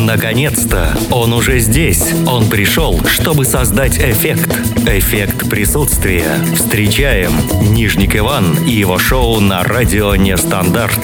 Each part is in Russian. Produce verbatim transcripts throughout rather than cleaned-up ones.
Наконец-то! Он уже здесь. Он пришел, чтобы создать эффект. Эффект присутствия. Встречаем Нижник Иван и его шоу на радио Нестандарт.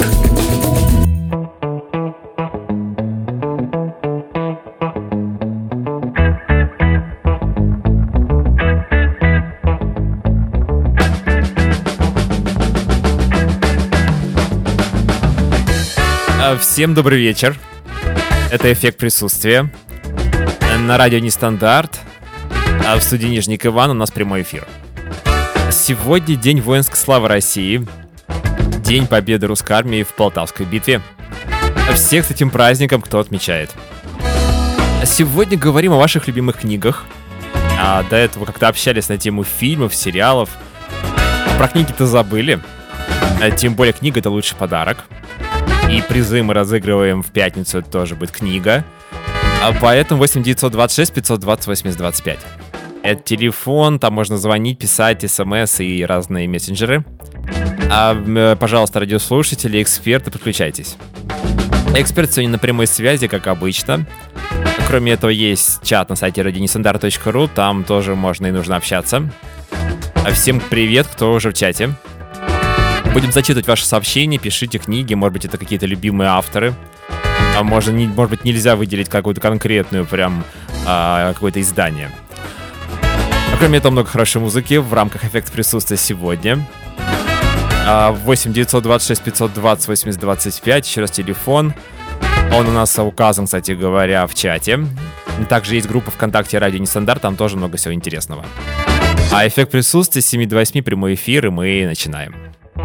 Всем добрый вечер. Это «Эффект присутствия» на радио Нестандарт. А в студии Нижник Иван у нас прямой эфир. Сегодня День воинской славы России. День победы русской армии в Полтавской битве. Всех с этим праздником кто отмечает. Сегодня говорим о ваших любимых книгах. А до этого как-то общались на тему фильмов, сериалов. Про книги-то забыли. А тем более книга — это лучший подарок. И призы мы разыгрываем в пятницу, это тоже будет книга. А поэтому восемь девятьсот двадцать шесть пятьсот двадцать восемьдесят двадцать пять. Это телефон, там можно звонить, писать, смс и разные мессенджеры. А, пожалуйста, радиослушатели, эксперты, подключайтесь. Эксперт сегодня на прямой связи, как обычно. Кроме этого, есть чат на сайте радио нестандарт точка ру, там тоже можно и нужно общаться. А всем привет, кто уже в чате. Будем зачитывать ваши сообщения, пишите книги, может быть, это какие-то любимые авторы. А может, не, может быть, нельзя выделить какую-то конкретную прям а, какое-то издание. А кроме этого, много хорошей музыки в рамках «Эффекта присутствия» сегодня. А, восемь девятьсот двадцать шесть пятьсот двадцать восемьдесят двадцать пять, еще раз телефон. Он у нас указан, кстати говоря, в чате. Также есть группа ВКонтакте «Радио Нестандарт», там тоже много всего интересного. А «Эффект присутствия» с семи до восьми, прямой эфир, и мы начинаем.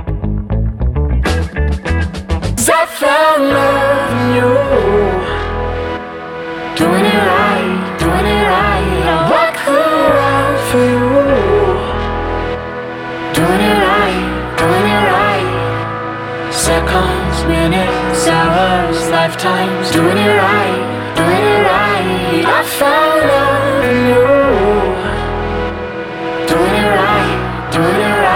I found love in you, doing it right, doing it right. I walk the road for you, doing it right, doing it right. Seconds, minutes, hours, lifetimes, doing it right, doing it right. I found love in you, doing it right, doing it right.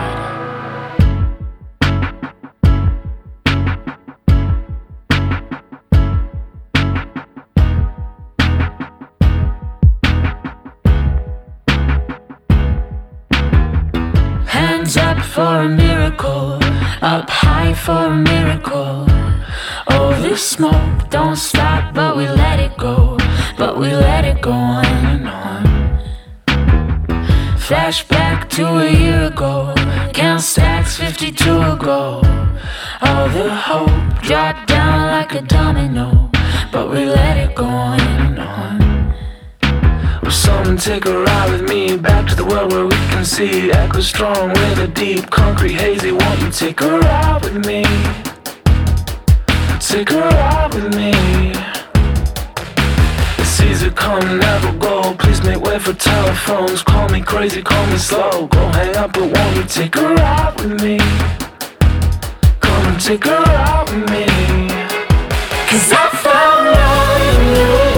Up for a miracle, up high for a miracle. Oh, this smoke don't stop, but we let it go, but we let it go on and on. Flashback to a year ago, count stacks fifty-two ago. All the hope dropped down like a domino, but we let it go on and on. Will someone take a ride with me back to the world where we can see echoes strong with a deep concrete hazy? Won't you take a ride with me? Take a ride with me. The seas that come never go. Please make way for telephones. Call me crazy, call me slow. Go hang up, but won't you take a ride with me? Come and take a ride with me. Cause I found love in you.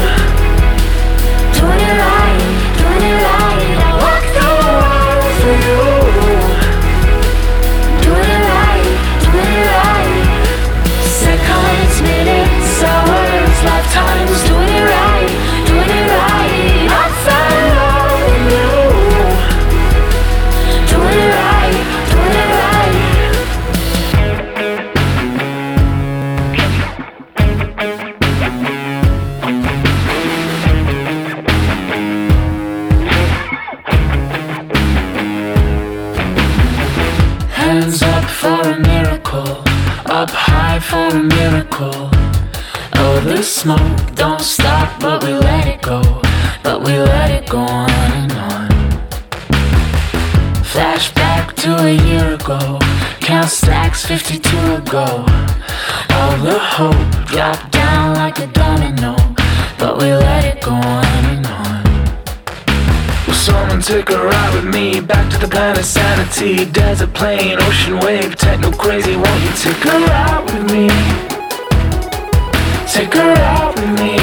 Doing it right, doing it right. I walk the world for you. Doing it right, doing it right. Seconds, minutes, hours, lifetimes. Doing it right, doing it right. I found love in you. Doing it right, doing it right. Hands up for a miracle, up high for a miracle. Oh, the smoke don't stop, but we let it go, but we let it go on and on. Flashback to a year ago, count stacks fifty-two ago. All the hope dropped down like a domino, but we let it go on and on. Will someone take a ride with me back to the planet sanity? Desert plain, ocean wave, techno crazy. Won't you take a ride with me? Take a ride with me.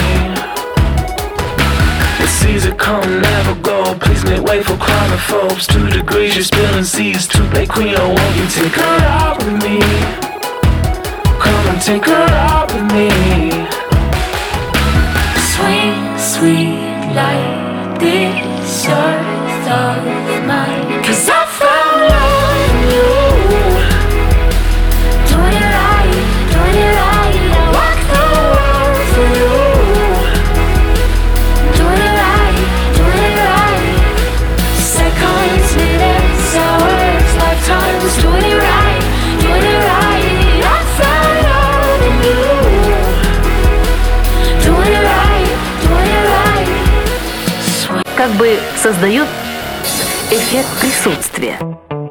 The seas that come never go. Please make way for climaphobes. Two degrees, you're spilling seas. Too late, queen, oh, won't you take a ride with me? Come and take a ride with me. sweet like this earth of mine. 'Cause I found love in you. Doing it right, doing it right. I walk the world for you. Doing it right, doing it right. Seconds, minutes, hours, lifetimes. Doing it right, doing it right. I found love in you. Doing it right, doing it right. Sweet. Как бы создают эффект присутствия.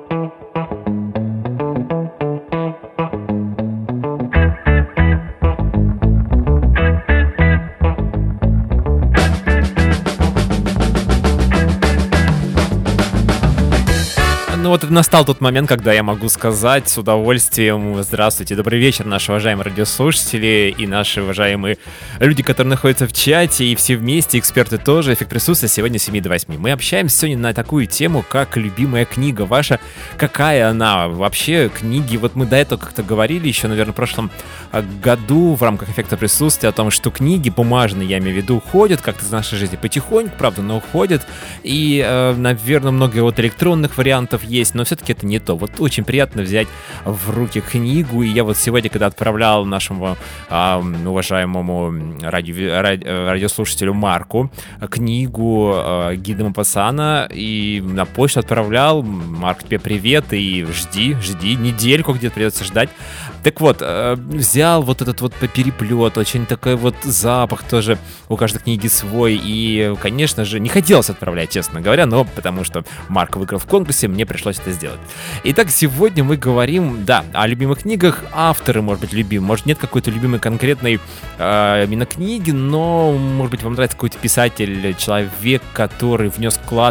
Ну вот настал тот момент, когда я могу сказать с удовольствием: здравствуйте, добрый вечер, наши уважаемые радиослушатели и наши уважаемые люди, которые находятся в чате, и все вместе, эксперты тоже. Эффект присутствия сегодня с семи до восьми. Мы общаемся сегодня на такую тему, как любимая книга ваша. Какая она вообще? Книги, вот мы до этого как-то говорили еще, наверное, в прошлом году в рамках эффекта присутствия о том, что книги бумажные, я имею в виду, уходят как-то из нашей жизни потихоньку, правда, но уходят. И, э, наверное, много вот электронных вариантов есть, но все-таки это не то. Вот очень приятно взять в руки книгу, и я вот сегодня, когда отправлял нашему э, уважаемому радио, ради, радиослушателю Марку книгу э, Гида Мопассана, и на почту отправлял: Марк, тебе привет, и жди, жди, недельку где-то придется ждать. Так вот, э, взял вот этот вот переплет, очень такой вот запах тоже у каждой книги свой, и, конечно же, не хотелось отправлять, честно говоря, но потому что Марк выиграл в конкурсе, мне пришлось это сделать. Итак, сегодня мы говорим, да, о любимых книгах. Авторы, может быть, любимы, может, нет какой-то любимой конкретной э, именно книги, но, может быть, вам нравится какой-то писатель, человек, который внес вклад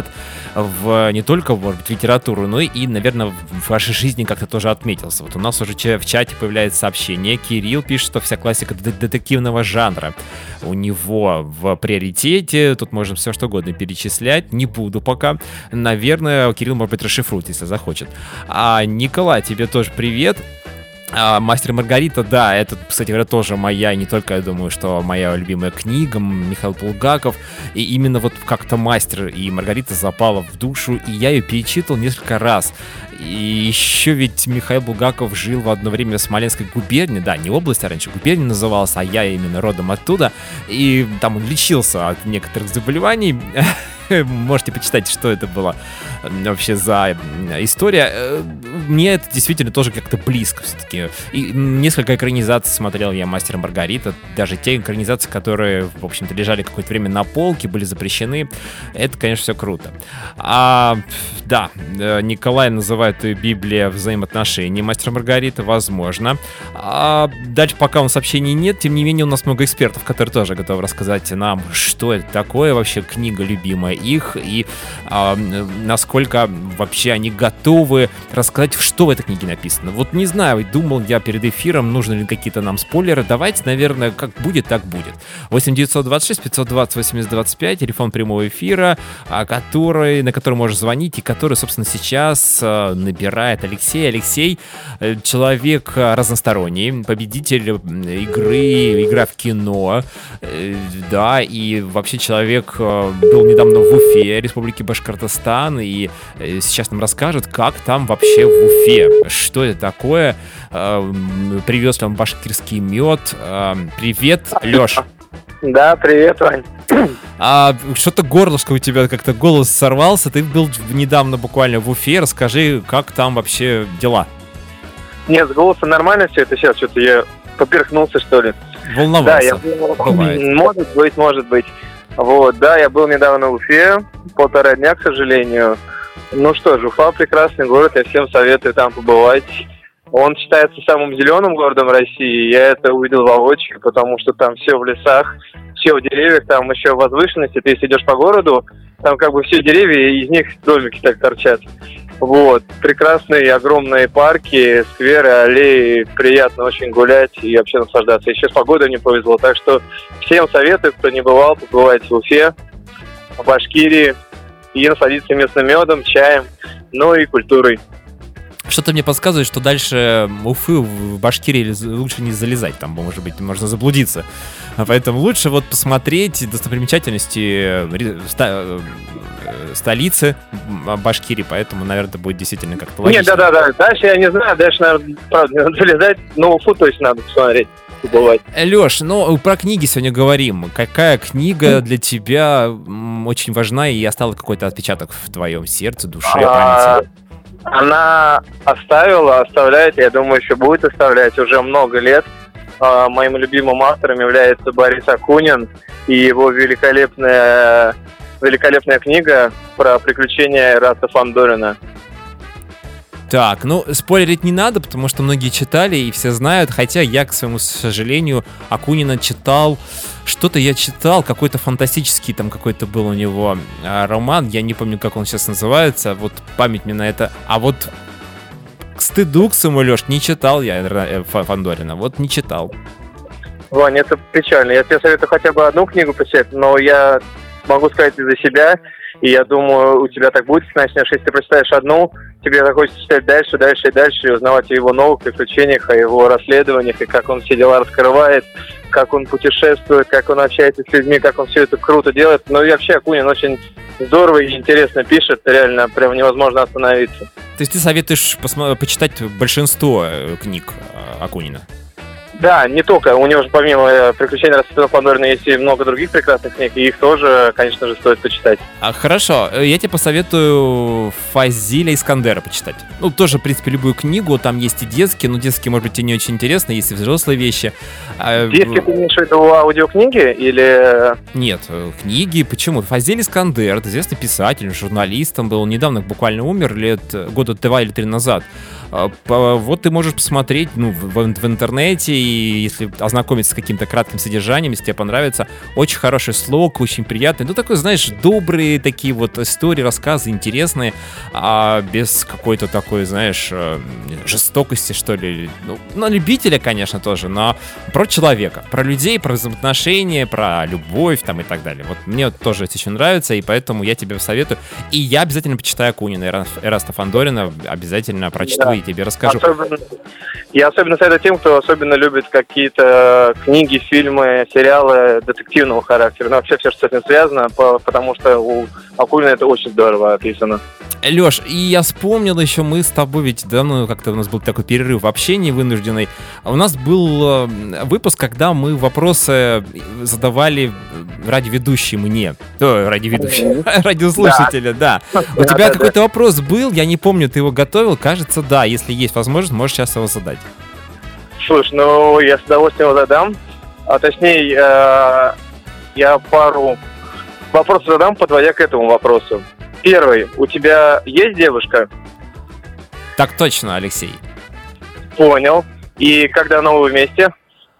в не только, может быть, литературу, но и, наверное, в вашей жизни как-то тоже отметился. Вот у нас уже в чате появляется сообщение. Кирилл пишет, что вся классика детективного жанра у него в приоритете. Тут можем все что угодно перечислять. Не буду пока. Наверное, Кирилл, может быть, расшифрует, если захочет. А Николай, тебе тоже привет. А, «Мастер и Маргарита», да, это, кстати говоря, тоже моя, не только, я думаю, что моя любимая книга, Михаил Булгаков, и именно вот как-то «Мастер и Маргарита» запала в душу, и я ее перечитывал несколько раз. И еще ведь Михаил Булгаков жил в одно время в Смоленской губернии, да, не область, а раньше губерния называлась, а я именно родом оттуда, и там он лечился от некоторых заболеваний. Можете почитать, что это было вообще за история. Мне это действительно тоже как-то близко все-таки. И несколько экранизаций смотрел я «Мастер и Маргарита». Даже те экранизации, которые, в общем-то, лежали какое-то время на полке, были запрещены. Это, конечно, все круто. А, да, Николай называет ее «Библия взаимоотношений» «Мастер и Маргарита», возможно. А дальше пока у нас сообщений нет, тем не менее у нас много экспертов, которые тоже готовы рассказать нам, что это такое вообще книга любимая их, и а, насколько вообще они готовы рассказать, что в этой книге написано. Вот не знаю, думал я перед эфиром, нужны ли какие-то нам спойлеры. Давайте, наверное, как будет, так будет. восемь девятьсот двадцать шесть пятьсот двадцать восемьдесят двадцать пять, телефон прямого эфира, который, на который можешь звонить, и который, собственно, сейчас набирает Алексей. Алексей — человек разносторонний, победитель игры, игра в кино, да, и вообще человек был недавно в Уфе, Республики Башкортостан, и сейчас нам расскажет, как там вообще в Уфе, что это такое. Привез вам башкирский мед. Привет, Лёш. Да, привет, Вань. А что-то горлышко у тебя как-то голос сорвался. Ты был недавно буквально в Уфе. Расскажи, как там вообще дела? Нет, с голосом нормально все это сейчас. Что-то я поперхнулся, что ли. Волновался. Да, я был... Может быть, может быть. Вот, да, я был недавно в Уфе, полтора дня, к сожалению. Ну что ж, Уфа — прекрасный город, я всем советую там побывать. Он считается самым зеленым городом России, я это увидел воочию, потому что там все в лесах, все в деревьях, там еще возвышенности, ты если идешь по городу, там как бы все деревья, и из них домики так торчат. Вот, прекрасные огромные парки, скверы, аллеи, приятно очень гулять и вообще наслаждаться. Еще с погодой не повезло, так что всем советую, кто не бывал, побывайте в Уфе, в Башкирии и насладиться местным медом, чаем, ну и культурой. Что-то мне подсказывает, что дальше Уфы в Башкирии лучше не залезать, там, может быть, можно заблудиться. Поэтому лучше вот посмотреть достопримечательности ста- столицы Башкирии, поэтому, наверное, это будет действительно как-то логично. Нет, да-да-да, дальше я не знаю, дальше, наверное, правда, не надо залезать, но Уфу точно надо посмотреть. Бывает. Лёш, ну про книги сегодня говорим. Какая книга для тебя м, очень важна и оставила какой-то отпечаток в твоем сердце, душе, А, памяти? Она оставила, оставляет, я думаю, еще будет оставлять уже много лет. А, моим любимым автором является Борис Акунин и его великолепная, великолепная книга про приключения Эраста Фандорина. Так, ну, спойлерить не надо, потому что многие читали и все знают, хотя я, к своему сожалению, Акунина читал, что-то я читал, какой-то фантастический там какой-то был у него а, роман, я не помню, как он сейчас называется, вот память мне на это, а вот к стыду, к своему, Лёш, не читал я э, Фандорина, вот не читал. Ваня, это печально, я тебе советую хотя бы одну книгу почитать, но я могу сказать и за себя, и я думаю, у тебя так будет, если начнешь, если ты прочитаешь одну, тебе захочется читать дальше, дальше и дальше, и узнавать о его новых приключениях, о его расследованиях, и как он все дела раскрывает, как он путешествует, как он общается с людьми, как он все это круто делает. Ну и вообще Акунин очень здорово и интересно пишет, реально прям невозможно остановиться. То есть ты советуешь посмо- почитать большинство книг Акунина? Да, не только. У него же помимо «Приключений Эраста Фандорина» есть и много других прекрасных книг, и их тоже, конечно же, стоит почитать. А, хорошо, я тебе посоветую Фазиля Искандера почитать. Ну, тоже, в принципе, любую книгу, там есть и детские, но детские, может быть, тебе не очень интересны, есть и взрослые вещи. Детские ты имеешь в виду аудиокниги или... Нет, книги, почему? Фазиль Искандер, известный писатель, журналист, он был недавно, буквально умер, лет года два или три назад. Вот ты можешь посмотреть, ну, в, в интернете, и если ознакомиться с каким-то кратким содержанием, если тебе понравится, очень хороший слог, очень приятный, ну, такой, знаешь, добрые такие вот истории, рассказы, интересные, а без какой-то такой, знаешь, жестокости, что ли, ну, на любителя, конечно, тоже, но про человека, про людей, про взаимоотношения, про любовь, там, и так далее. Вот мне вот тоже это очень нравится, и поэтому я тебе советую, и я обязательно почитаю Акунина, Эраста Фандорина, обязательно прочту, да. И тебе расскажу. Особенно, я особенно советую тем, кто особенно любит какие-то книги, фильмы, сериалы детективного характера. Ну, вообще все, что с этим связано, по, потому что у Акунина это очень здорово описано. Лёш, и я вспомнил еще, мы с тобой ведь давно как-то у нас был такой перерыв в общении вынужденный. У нас был выпуск, когда мы вопросы задавали радиоведущие мне. О, радиоведущие, радиослушателя, да. У тебя какой-то вопрос был, я не помню, ты его готовил, кажется, да. Если есть возможность, можешь сейчас его задать. Слушай, ну я с удовольствием его задам. А точнее, я пару вопросов задам, подводя к этому вопросу. Первый. У тебя есть девушка? Так точно, Алексей. Понял. И когда вы вместе?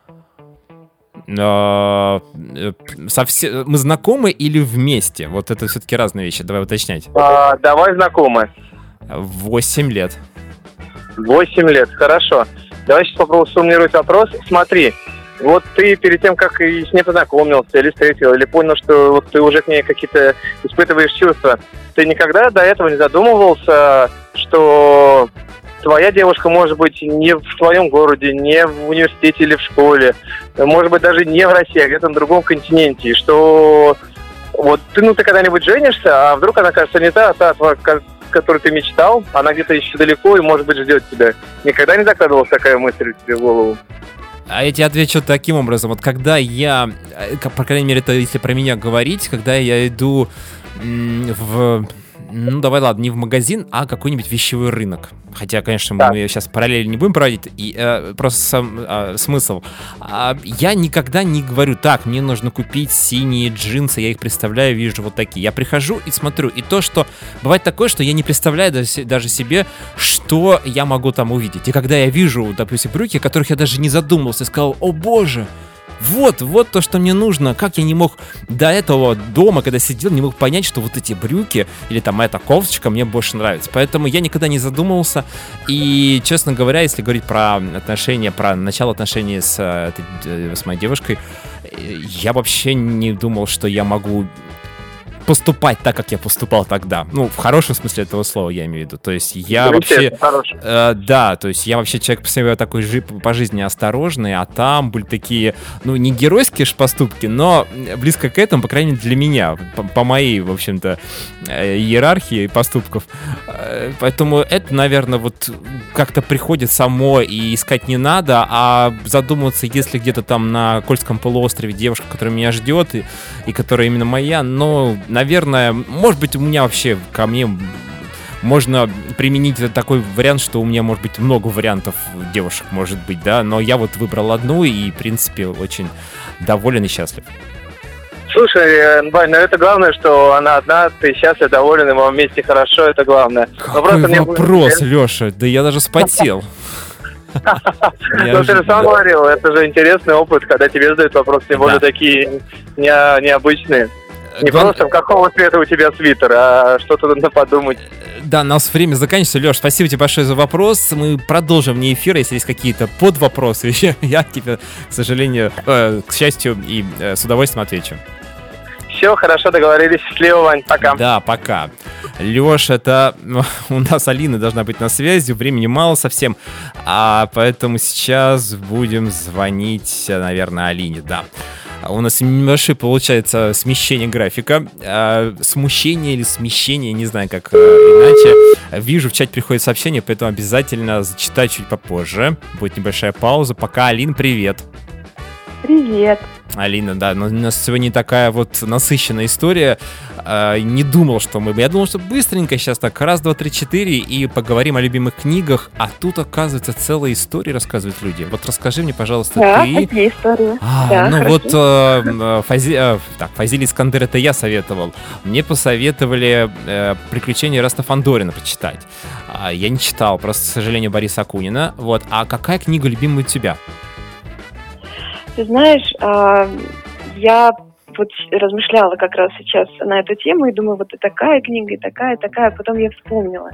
Совсем... Мы знакомы или вместе? Вот это все-таки разные вещи. Давай уточнять. А, давай знакомы. Восемь лет. Восемь лет, хорошо. Давай сейчас попробуем сформулировать вопрос. Смотри, вот ты перед тем, как с ней познакомился или встретил, или понял, что вот ты уже к ней какие-то испытываешь чувства, ты никогда до этого не задумывался, что твоя девушка может быть не в твоем городе, не в университете или в школе, может быть даже не в России, а где-то на другом континенте, и что вот ты, ну, ты когда-нибудь женишься, а вдруг она, кажется, не та, а та, о которой ты мечтал, она где-то еще далеко и, может быть, ждет тебя. Никогда не закладывалась такая мысль тебе в голову? А я тебе отвечу таким образом. Вот когда я, по крайней мере, это если про меня говорить, когда я иду в... Ну, давай, ладно, не в магазин, а какой-нибудь вещевой рынок. Хотя, конечно, да. мы сейчас параллельно не будем проводить. И, э, просто сам, э, смысл. А, я никогда не говорю, так, мне нужно купить синие джинсы, я их представляю, вижу вот такие. Я прихожу и смотрю. И то, что... Бывает такое, что я не представляю даже, даже себе, что я могу там увидеть. И когда я вижу, допустим, брюки, о которых я даже не задумывался, я сказал, о боже... Вот, вот то, что мне нужно. Как я не мог до этого дома, когда сидел, не мог понять, что вот эти брюки или там эта кофточка мне больше нравится. Поэтому я никогда не задумывался. И, честно говоря, если говорить про отношения, про начало отношений с, с моей девушкой, я вообще не думал, что я могу поступать так, как я поступал тогда. Ну, в хорошем смысле этого слова я имею в виду. То есть я Да, вообще... хороший. Э, да, то есть я вообще человек по себе такой жи- по жизни осторожный, а там были такие, ну, не геройские ж поступки, но близко к этому, по крайней мере, для меня, по, по моей, в общем-то, э, иерархии поступков. Э, поэтому это, наверное, вот как-то приходит само, и искать не надо, а задумываться, если где-то там на Кольском полуострове девушка, которая меня ждет, и, и которая именно моя, но, наверное, может быть, у меня вообще ко мне можно применить такой вариант, что у меня может быть много вариантов девушек, может быть, да, но я вот выбрал одну и, в принципе, очень доволен и счастлив. Слушай, Бань, ну это главное, что она одна, ты счастлив, доволен, и вам вместе хорошо, это главное. Какой вопрос, Леша, да я даже вспотел. Ну, ты же сам говорил, это же интересный опыт, когда тебе задают вопрос, тем более такие необычные. Не просто какого цвета у тебя свитер, а что-то надо подумать. Да, у нас время заканчивается. Леш, спасибо тебе большое за вопрос. Мы продолжим вне эфира, если есть какие-то подвопросы. Я тебе, к сожалению, э, к счастью, и э, с удовольствием отвечу. Все, хорошо, договорились. Счастливо, Вань, пока. Да, пока. Леш, это у нас Алина должна быть на связи, времени мало совсем, а поэтому сейчас будем звонить, наверное, Алине, да. У нас небольшое получается смещение графика, э, смущение или смещение, не знаю как э, иначе. Вижу, в чате приходит сообщение, поэтому обязательно зачитаю чуть попозже. Будет небольшая пауза. Пока, Алин, привет. Привет. Алина, да, но у нас сегодня такая вот насыщенная история. Э, не думал, что мы... Я думал, что быстренько сейчас так раз, два, три, четыре и поговорим о любимых книгах, а тут, оказывается, целая история рассказывают люди. Вот расскажи мне, пожалуйста, да, ты... какие истории? А, да, ну хорошо. вот э, Фази... э, так, Фазиль Искандер, это я советовал. Мне посоветовали э, «Приключения Эраста Фандорина» почитать. А, я не читал, просто, к сожалению, Бориса Акунина. Вот. А какая книга любимая у тебя? Ты знаешь, я вот размышляла как раз сейчас на эту тему и думаю, вот и такая книга, и такая, и такая. Потом я вспомнила,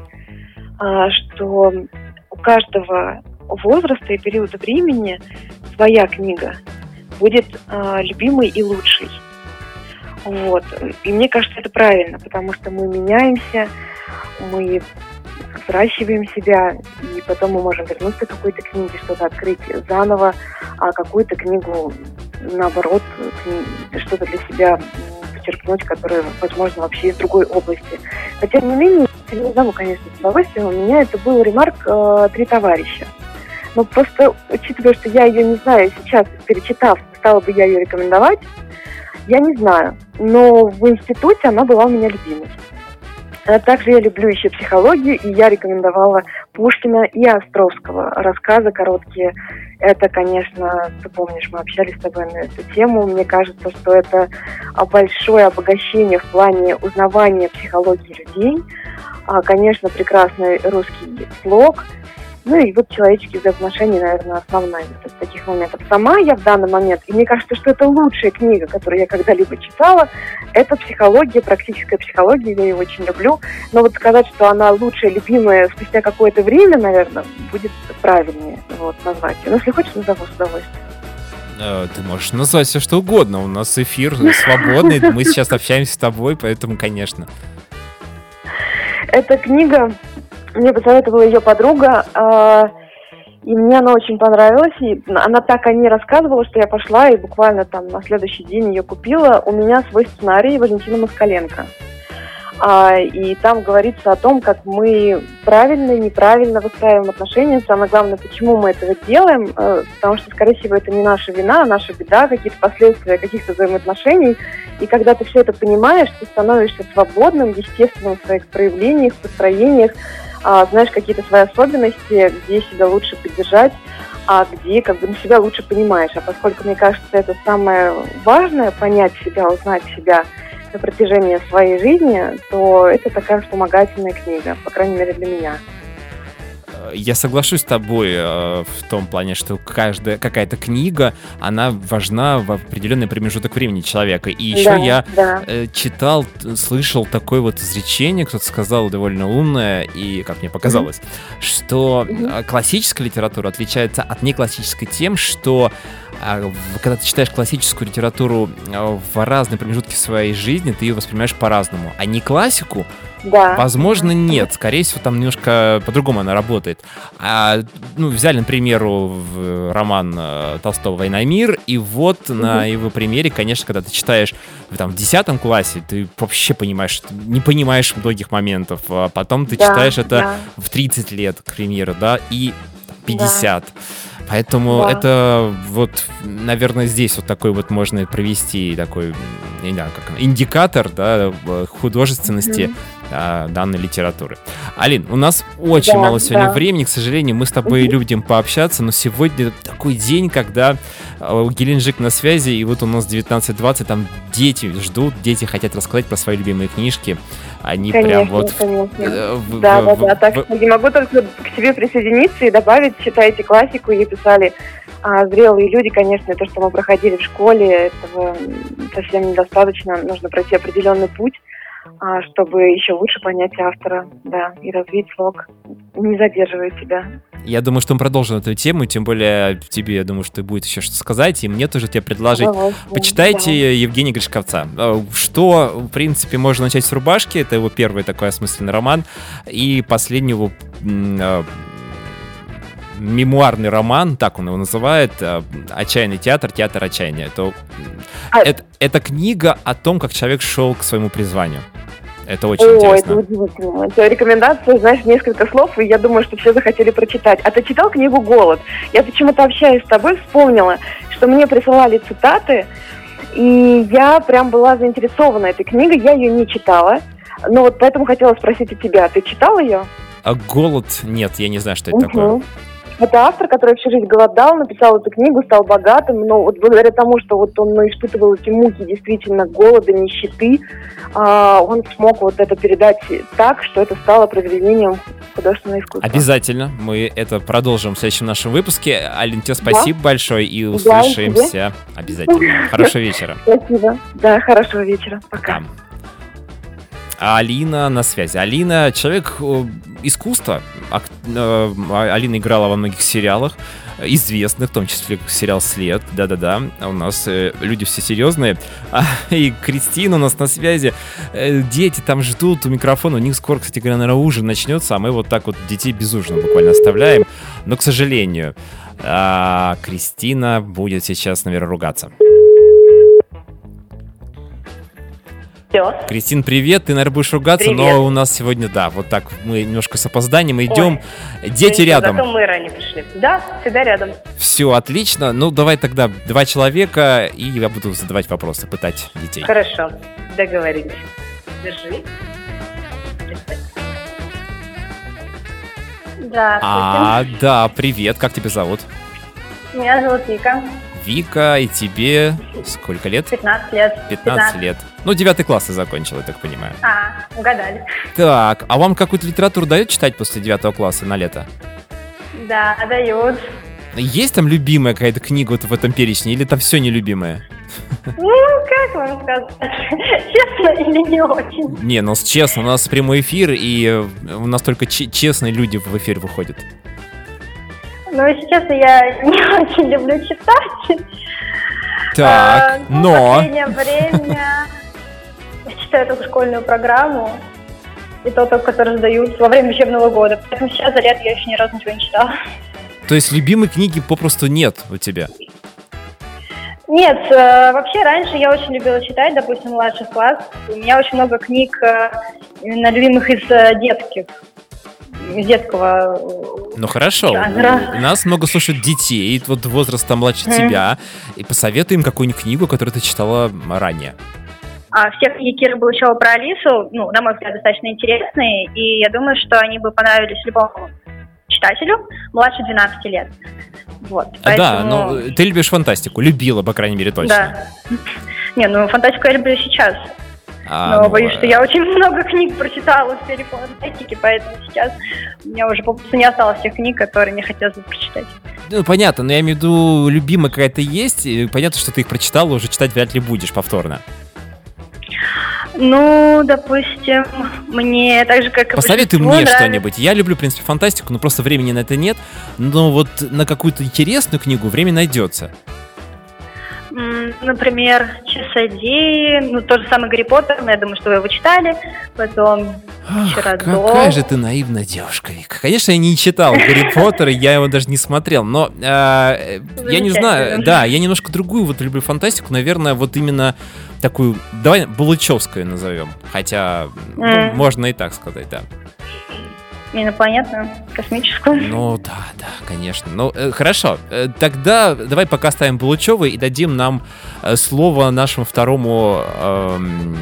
что у каждого возраста и периода времени своя книга будет любимой и лучшей. Вот. И мне кажется, это правильно, потому что мы меняемся, мы взращиваем себя, и потом мы можем вернуться к какой-то книге, что-то открыть заново, а какую-то книгу, наоборот, что-то для себя почерпнуть, которое, возможно, вообще из другой области. Хотя, не менее, я не назову, конечно, с удовольствием, у меня это был ремарк э, «Три товарища». Но просто, учитывая, что я ее не знаю, сейчас, перечитав, стала бы я ее рекомендовать, я не знаю. Но в институте она была у меня любимой. Также я люблю еще психологию, и я рекомендовала Пушкина и Островского. Рассказы короткие. Это, конечно, ты помнишь, мы общались с тобой на эту тему. Мне кажется, что это большое обогащение в плане узнавания психологии людей. Конечно, прекрасный русский слог. Ну и вот человеческие взаимоотношения, наверное, основная из таких моментов. Сама я в данный момент, и мне кажется, что это лучшая книга, которую я когда-либо читала, это «Психология», практическая психология, я ее очень люблю. Но вот сказать, что она лучшая, любимая спустя какое-то время, наверное, будет правильнее вот, назвать. Но если хочешь, назову с удовольствием. Ты можешь назвать все, что угодно. У нас эфир свободный, мы сейчас общаемся с тобой, поэтому, конечно. Эта книга... Мне посоветовала ее подруга, э, и мне она очень понравилась. И она так о ней рассказывала, что я пошла и буквально там на следующий день ее купила. У меня свой сценарий Валентина Москаленко. А, и там говорится о том, как мы правильно и неправильно выстраиваем отношения. Самое главное, почему мы этого делаем, э, потому что, скорее всего, это не наша вина, а наша беда, какие-то последствия каких-то взаимоотношений. И когда ты все это понимаешь, ты становишься свободным, естественным в своих проявлениях, построениях, а, знаешь какие-то свои особенности, где себя лучше поддержать, а где как бы на себя лучше понимаешь. А поскольку, мне кажется, это самое важное, понять себя, узнать себя на протяжении своей жизни, то это такая вспомогательная книга, по крайней мере для меня. я соглашусь с тобой э, в том плане, что каждая какая-то книга, она важна в определенный промежуток времени человека. И еще Да, я да. э, читал, т- слышал такое вот изречение, кто-то сказал довольно умное, и, как мне показалось, что э, классическая литература отличается от неклассической тем, что а, в- когда ты читаешь классическую литературу а, в разные промежутки своей жизни, ты ее воспринимаешь по-разному. А не классику, Да. возможно, нет. Скорее всего, там немножко по-другому она работает. А, ну, взяли, например, в роман э, Толстого «Война и мир», и вот на его примере, конечно, когда ты читаешь в, там, в десятом классе, ты вообще понимаешь, не понимаешь многих моментов. А потом ты Да, читаешь это да. в тридцать лет, к примеру, да, и пятьдесят. Поэтому Да. это вот, наверное, здесь вот такой вот можно провести такой, м, не знаю, как он, индикатор, да, в художественности а, данной литературы. Алин, у нас очень Да, мало сегодня да. времени, к сожалению, мы с тобой любим пообщаться, но сегодня такой день, когда а, Геленджик на связи, и вот у нас девятнадцать двадцать, там дети ждут, дети хотят рассказать про свои любимые книжки, они прям Конечно, вот... конечно. э, в- Да, в- да, в- да. Так в- что не могу только к себе присоединиться и добавить, читайте классику, ей писали а, зрелые люди, конечно, то, что мы проходили в школе, этого м, совсем недостаточно, нужно пройти определенный путь, а, чтобы еще лучше понять автора, да, и развить слог, не задерживая себя. Я думаю, что мы продолжим эту тему, тем более тебе, я думаю, что будет еще что сказать, и мне тоже тебе предложить. Удовольствие, Почитайте да. Евгения Гришковца. Э, Что, в принципе, можно начать с «Рубашки», это его первый такой осмысленный роман, и последний его м, э, мемуарный роман, так он его называет, э, «Отчаянный театр», «Театр отчаяния». Это, А- это, это книга о том, как человек шел к своему призванию. Это очень О, интересно. это удивительно. Это рекомендация, знаешь, несколько слов, и я думаю, что все захотели прочитать. А ты читал книгу «Голод»? Я почему-то, общаясь с тобой, вспомнила, что мне присылали цитаты, и я прям была заинтересована этой книгой. Я ее не читала, но вот поэтому хотела спросить у тебя. Ты читал ее? А «Голод» нет, я не знаю, что это Мгм. такое. Это автор, который всю жизнь голодал, написал эту книгу, стал богатым, но вот благодаря тому, что вот он ну, испытывал эти муки действительно голода, нищеты, а, он смог вот это передать так, что это стало произведением художественного искусства. Обязательно. Мы это продолжим в следующем нашем выпуске. Алин, тебе спасибо большое и Да, услышимся обязательно. Хорошего вечера. Спасибо. Да, хорошего вечера. Пока. Пока. А Алина на связи. Алина человек э, искусства. Ак- э, Алина играла во многих сериалах, э, известных, в том числе сериал «След». Да-да-да. А у нас э, люди все серьезные. А, и Кристина у нас на связи. Э, дети там ждут у микрофона. У них скоро, кстати говоря, наверное, ужин начнется, а мы вот так вот детей без ужина буквально оставляем. Но, к сожалению, а, Кристина будет сейчас, наверное, ругаться. Все. Кристин, привет, ты, наверное, будешь ругаться, Привет. но у нас сегодня, да, вот так мы немножко с опозданием идем. Дети Ничего, рядом. Зато мы ранее пришли. Да, всегда рядом. Все, отлично. Ну, давай тогда два человека, и я буду задавать вопросы, пытать детей. Хорошо, договорились. Держи. Да, А, да, привет, как тебя зовут? меня зовут Вика, Вика, и тебе сколько лет? пятнадцать лет. пятнадцать лет. Ну, девятый класс ты закончила, я так понимаю. А, угадали. Так, а вам какую-то литературу дают читать после девятого класса на лето? Да, дают. Есть там любимая какая-то книга вот в этом перечне, или там все нелюбимое? Ну, как вам сказать? Честно или не очень? Не, ну честно, у нас прямой эфир, и э, у нас только че- честные люди в эфир выходят. Ну, если честно, я не очень люблю читать. Так, А, ну, В но... последнее время я читаю только школьную программу, и то, только, который сдают во время учебного года. Поэтому сейчас за лет я еще ни разу ничего не читала. То есть любимой книги попросту нет у тебя? Нет, э, вообще раньше я очень любила читать, допустим, младший класс. У меня очень много книг э, именно любимых из э, детских, из детского. э, Ну хорошо, Жанра. у нас много слушают детей, вот возраста младше Мгм. тебя, и посоветуй им какую-нибудь книгу, которую ты читала ранее. А все книги Киры Булычева про Алису, ну, на мой взгляд, достаточно интересные, и я думаю, что они бы понравились любому читателю младше двенадцати лет. Вот, А, Да, поэтому- ну ты любишь фантастику, любила, по крайней мере, точно. Да. Не, ну фантастику я люблю сейчас. А, Но ну, боюсь, что я очень много книг прочитала в сфере фантастики, поэтому сейчас у меня уже попросту не осталось тех книг, которые мне хотелось бы прочитать. Ну, понятно, но я имею в виду, любимая какая-то есть, и понятно, что ты их прочитала, уже читать вряд ли будешь повторно. Ну, допустим, мне так же, как и Посоветуй большинству, мне нравится- что-нибудь. Я люблю, в принципе, фантастику, но просто времени на это нет. Но вот на какую-то интересную книгу время найдется. М, Например, «Часодеи», ну, тот же самый «Гарри Поттер», но я думаю, что вы его читали, потом Ах, «Чародок». какая же ты наивная девушка, Вика. Конечно, я не читал Гарри Поттера, я его даже не смотрел, но э, я не знаю, Замечательно. да, я немножко другую вот люблю фантастику, наверное, вот именно такую, давай булычевскую назовем, хотя ну, М. можно и так сказать, да. Инопланетную, космическую. Ну да, да, конечно. Ну э, хорошо, Э, тогда давай пока ставим Булычева и дадим нам э, слово нашему второму эм,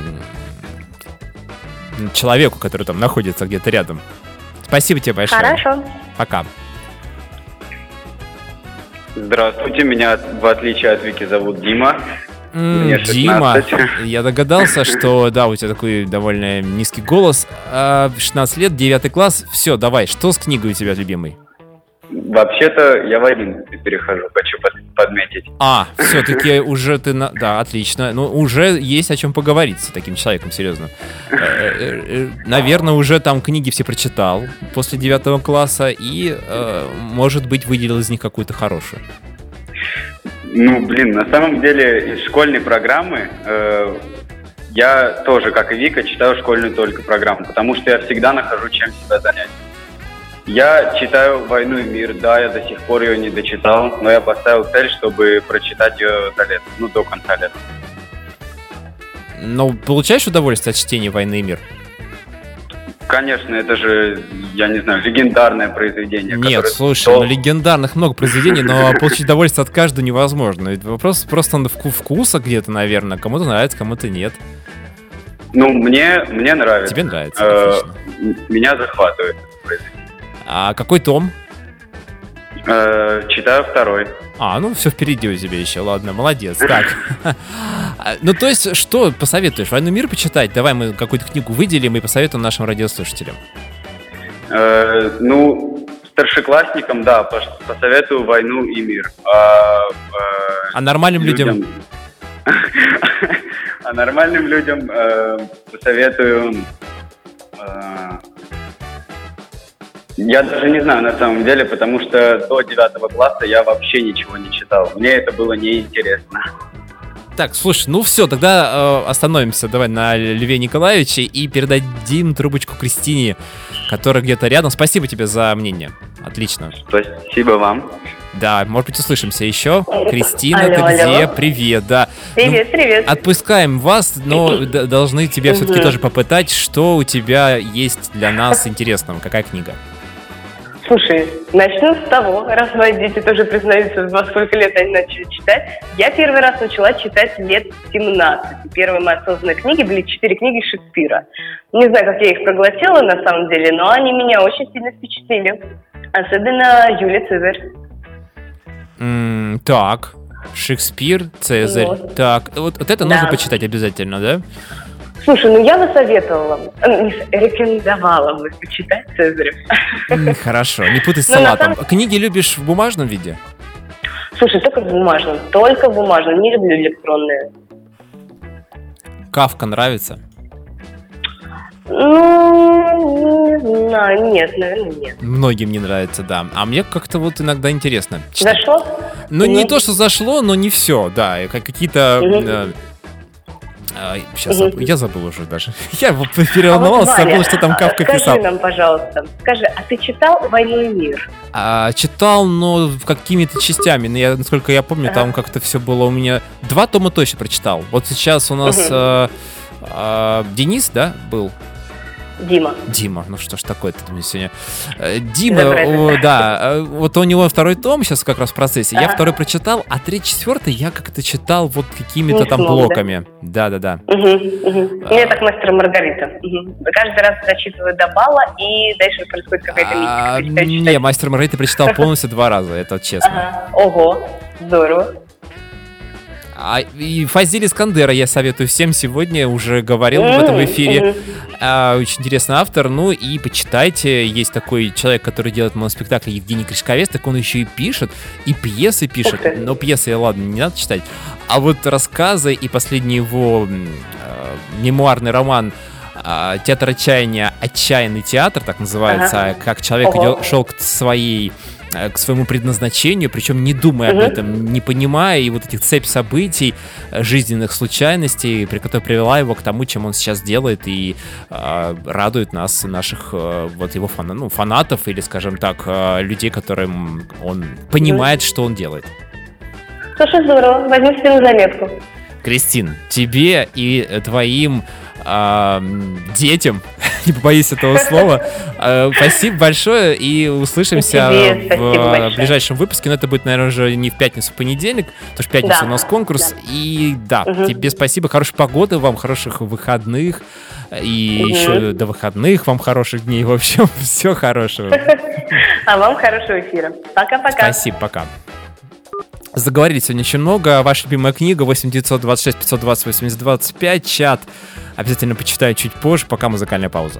человеку, который там находится где-то рядом. Спасибо тебе большое. Хорошо. Пока. Здравствуйте, меня в отличие от Вики зовут Дима. М, Мне Дима, шестнадцать. я догадался, что да, у тебя такой довольно низкий голос. А, шестнадцать лет, девятый класс. Все, давай, что с книгой у тебя любимой? Вообще-то я в одиннадцатый перехожу, хочу под- подметить. А, все-таки уже ты... на- Да, отлично. Ну, уже есть о чем поговорить с таким человеком, серьезно. Э, э, э, Наверное, уже там книги все прочитал после девятого класса и, э, может быть, выделил из них какую-то хорошую. Ну, блин, на самом деле из школьной программы э, я тоже, как и Вика, читаю школьную только программу, потому что я всегда нахожу чем себя занять. Я читаю «Войну и мир», да, я до сих пор ее не дочитал, но я поставил цель, чтобы прочитать ее до лета, ну, до конца лета. Но получаешь удовольствие от чтения «Войны и мир»? Конечно, это же, я не знаю, легендарное произведение. Нет, которое слушай, дол- ну легендарных много произведений, но получить удовольствие от каждого невозможно. Ведь вопрос просто на вку- вкуса где-то, наверное. Кому-то нравится, кому-то нет. Ну, мне, мне нравится. Тебе нравится, Э, отлично. м- Меня захватывает это произведение. А какой том? Э, Читаю второй. А, ну все впереди у тебя еще, ладно, молодец. Так. А, Ну, то есть, что посоветуешь? «Войну и мир» почитать? Давай мы какую-то книгу выделим и посоветуем нашим радиослушателям. Э, Ну, старшеклассникам, да, пош- посоветую «Войну и мир». А, э, А нормальным людям? А нормальным людям э, посоветую... э, Я даже не знаю на самом деле, потому что до девятого класса я вообще ничего не читал. Мне это было неинтересно. Так, слушай, ну все, тогда э, остановимся давай на Льве Николаевиче и передадим трубочку Кристине, которая где-то рядом. Спасибо тебе за мнение. Отлично. Спасибо вам. Да, может быть, услышимся еще. Кристина, Алло, ты алло. где? Привет, да. Привет, Ну, привет. отпускаем вас, но д- должны тебя все-таки Мгм. тоже попытать, что у тебя есть для нас интересного. Какая книга? Слушай, начну с того, раз мои дети тоже признаются, во сколько лет они начали читать. Я первый раз начала читать лет семнадцать. Первые мои осознанные книги были четыре книги Шекспира. Не знаю, как я их проглотила на самом деле, но они меня очень сильно впечатлили. Особенно Юлий Цезарь. М, так, Шекспир, Цезарь. Вот. Так, вот, вот это Да. нужно почитать обязательно, да? Слушай, ну я бы советовала, э, не с- рекомендовала бы почитать Цезаря. М, Хорошо, не путай с Ну, на салатом. самом- Книги любишь в бумажном виде? Слушай, только в бумажном, только в бумажном, не люблю электронные. Кафка нравится? Ну, не знаю, нет, наверное, нет. Многим не нравится, да. А мне как-то вот иногда интересно читать. Зашло? Ну, не Мгм. то, что зашло, но не все, да. и как Какие-то... Мгм. сейчас Мгм. забыл, я забыл уже даже. Я вот переволновался, А вот, Ваня, забыл, что там Кафка скажи писал. нам, пожалуйста, скажи, а ты читал «Войну и мир»? А, читал, но какими-то частями. Но я, насколько я помню, там как-то все было у меня... Два тома точно прочитал. Вот сейчас у нас Мгм. э, э, Денис, да, был? Дима. Дима, ну что ж такое-то мне сегодня. Э, Дима, Доброе о, утро. да, э, вот у него второй том сейчас как раз в процессе. Я Ага. второй прочитал, а третий, четвертый я как-то читал вот какими-то Не там смог, да? блоками. Да-да-да. Угу, угу. А. Мне так «Мастер и Маргарита». Мгм. Каждый раз зачитываю до балла, и дальше происходит какая-то А, мистика. Читаю, не, читаю. Мастер и Маргарита прочитал полностью два раза, это вот честно. Ага. Ого, здорово. А, и Фазиль Искандера я советую всем сегодня, уже говорил mm-hmm. в этом эфире. Mm-hmm. А, очень интересный автор. Ну и почитайте, есть такой человек, который делает моноспектакль, Евгений Кришковец, так он еще и пишет, и пьесы пишет. Okay. Но пьесы, ладно, не надо читать. А вот рассказы и последний его э, мемуарный роман «Театр отчаяния. Отчаянный театр», так называется, ага. как человек uh-huh. шел к своей к своему предназначению, причем не думая uh-huh. об этом, не понимая, и вот этих цепь событий, жизненных случайностей, при которой привела его к тому, чем он сейчас делает, и э, радует нас, наших э, вот его фана, ну, фанатов, или, скажем так, э, людей, которым он понимает, uh-huh. что он делает. Слушай, здорово, возьми себе на заметку. Кристин, тебе и твоим э, детям, не побоюсь этого слова, э, спасибо большое, и услышимся и в, в ближайшем выпуске. Но это будет, наверное, уже не в пятницу, а в понедельник, потому что в пятницу да. у нас конкурс. Да. И да, угу. тебе спасибо, хорошей погоды вам, хороших выходных, и угу. еще до выходных вам хороших дней. В общем, всего хорошего. А вам хорошего эфира. Пока-пока. Спасибо, пока. Заговорили сегодня очень много. Ваша любимая книга восемь девятьсот двадцать шесть пятьсот двадцать восемьдесят двадцать пять. Чат. Обязательно почитаю чуть позже, пока музыкальная пауза.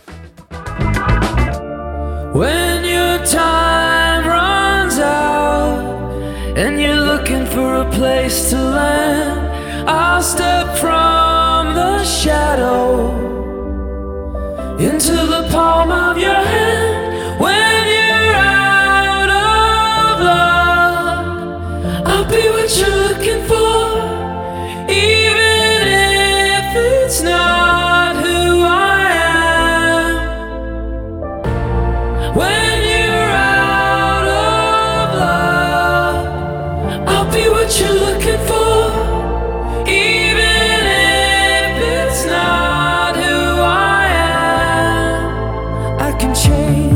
When your time runs out and you're looking for a place to land, I'll step from the shadow into the palm of your hand. When you're out of love, I'll be what you're looking for, even if it's not who I am. When you're out of love, I'll be what you're looking for, even if it's not who I am. I can change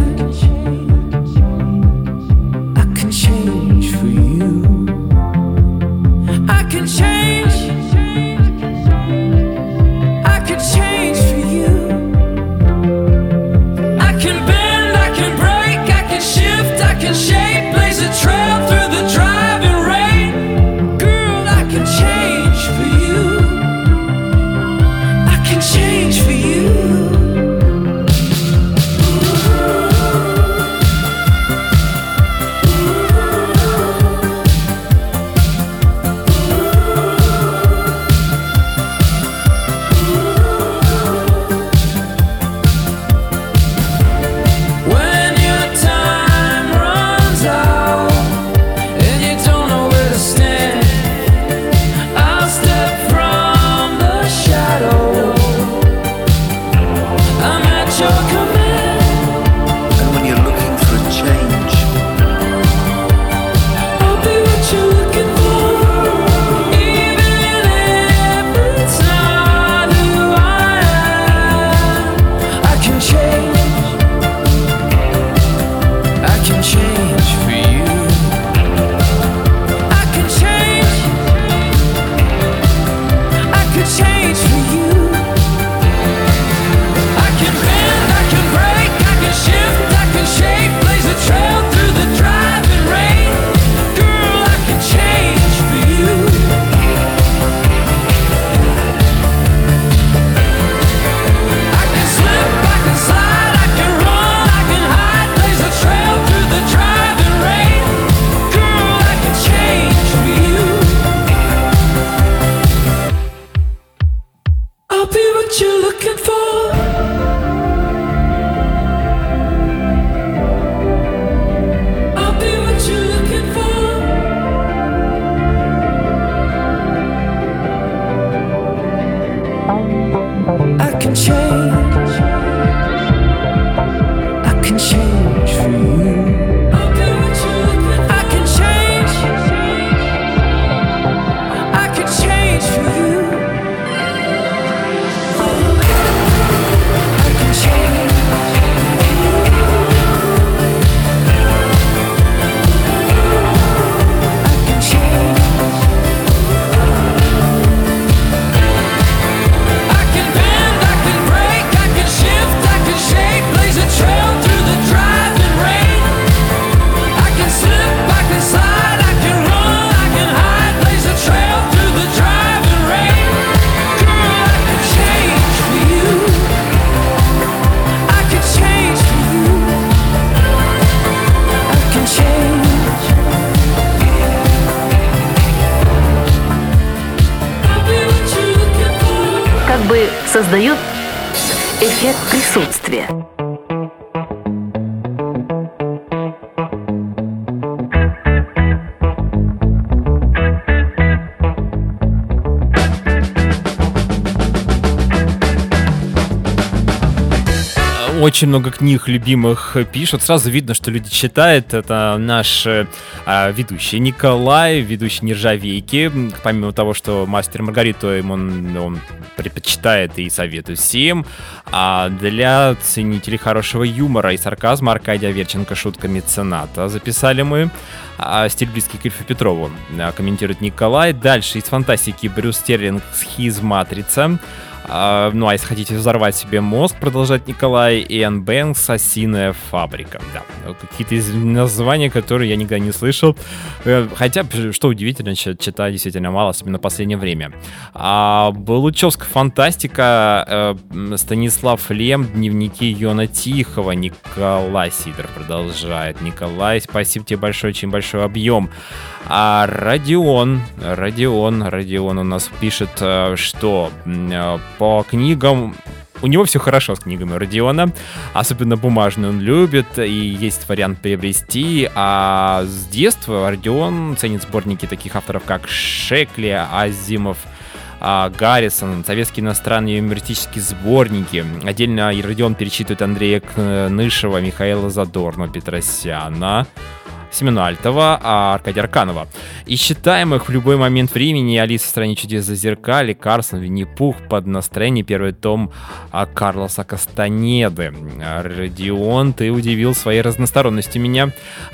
бы создают эффект присутствия. Очень много книг любимых пишут. Сразу видно, что люди читают. Это наш э, ведущий Николай, ведущий «Нержавейки». Помимо того, что «Мастер и Маргариту» он, он предпочитает и советует всем. А для ценителей хорошего юмора и сарказма Аркадия Верченко «Шутка мецената» записали мы. А стиль близкий к Ильфу Петрову, комментирует Николай. Дальше из фантастики Брюс Стерлинг «Схиз Матрица». Uh, ну, а если хотите взорвать себе мозг, продолжает Николай, Иэн Бэнкс «Осиная фабрика». Да, какие-то из названий, которые я никогда не слышал. Хотя, что удивительно, читаю действительно мало, особенно в последнее время. А, Балучевская фантастика, э, Станислав Лем, дневники Йона Тихого, Николай Сидоров продолжает. Николай, спасибо тебе большое, очень большой объем. А Родион, Родион, Родион у нас пишет, что по книгам... У него все хорошо с книгами Родиона, особенно бумажные он любит, и есть вариант приобрести. А с детства Родион ценит сборники таких авторов, как Шекли, Азимов, Гаррисон, советские иностранные юмористические сборники. Отдельно Родион перечитывает Андрея Кнышева, Михаила Задорнова, Петросяна, Семена Альтова, а Аркадия Арканова. И читаем их в любой момент времени. Алиса в стране чудес, Зазеркалье, Карлсон, Винни-Пух, под настроение, первый том Карлоса Кастанеды. Родион, ты удивил своей разносторонностью меня.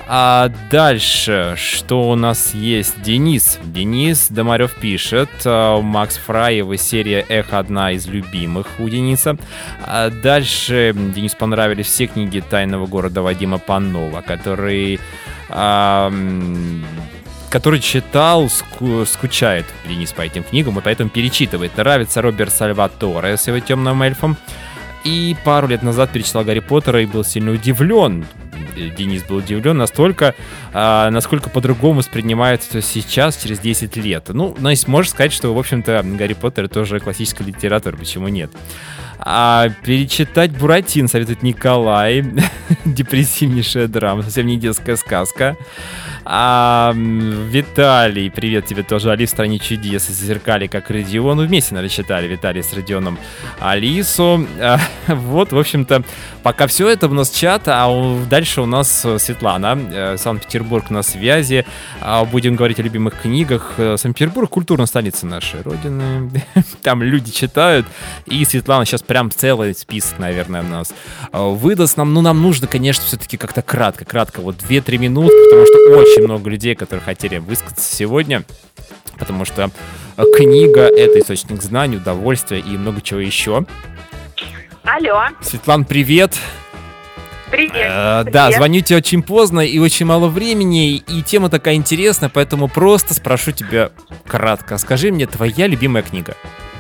А дальше, что у нас есть? Денис. Денис Домарев пишет. Макс Фраева, серия «Эхо» одна из любимых у Дениса. А дальше Денису понравились все книги «Тайного города» Вадима Панова, который... который читал, ску- скучает Денис по этим книгам и поэтому перечитывает. Нравится Роберт Сальваторе с его «Темным эльфом». И пару лет назад перечитал Гарри Поттера и был сильно удивлен. Денис был удивлен настолько, а, насколько по-другому воспринимается сейчас, через десять лет. Ну, значит, можно сказать, что, в общем-то, Гарри Поттер тоже классическая литература, почему нет? А перечитать «Буратино» советует Николай. Депрессивнейшая драма, совсем не детская сказка. А, Виталий, привет тебе тоже. Алис в стране чудес и «Зазеркалье», как Родион. Ну, вместе, наверное, читали Виталий с Родионом Алису. А, вот, в общем-то, пока все это у нас чат, а дальше у нас Светлана. Санкт-Петербург на связи. А, будем говорить о любимых книгах. Санкт-Петербург — культурная столица нашей родины. Там люди читают. И Светлана сейчас прям целый список, наверное, у нас выдаст нам. Ну, нам нужно, конечно, все-таки как-то кратко, кратко, вот две-три минутки, потому что очень много людей, которые хотели высказаться сегодня, потому что книга — это источник знаний, удовольствия и много чего еще. Алло. Светлана, привет. Привет. Э, привет. Да, звоню тебе очень поздно и очень мало времени, и тема такая интересная, поэтому просто спрошу тебя кратко. Скажи мне, твоя любимая книга?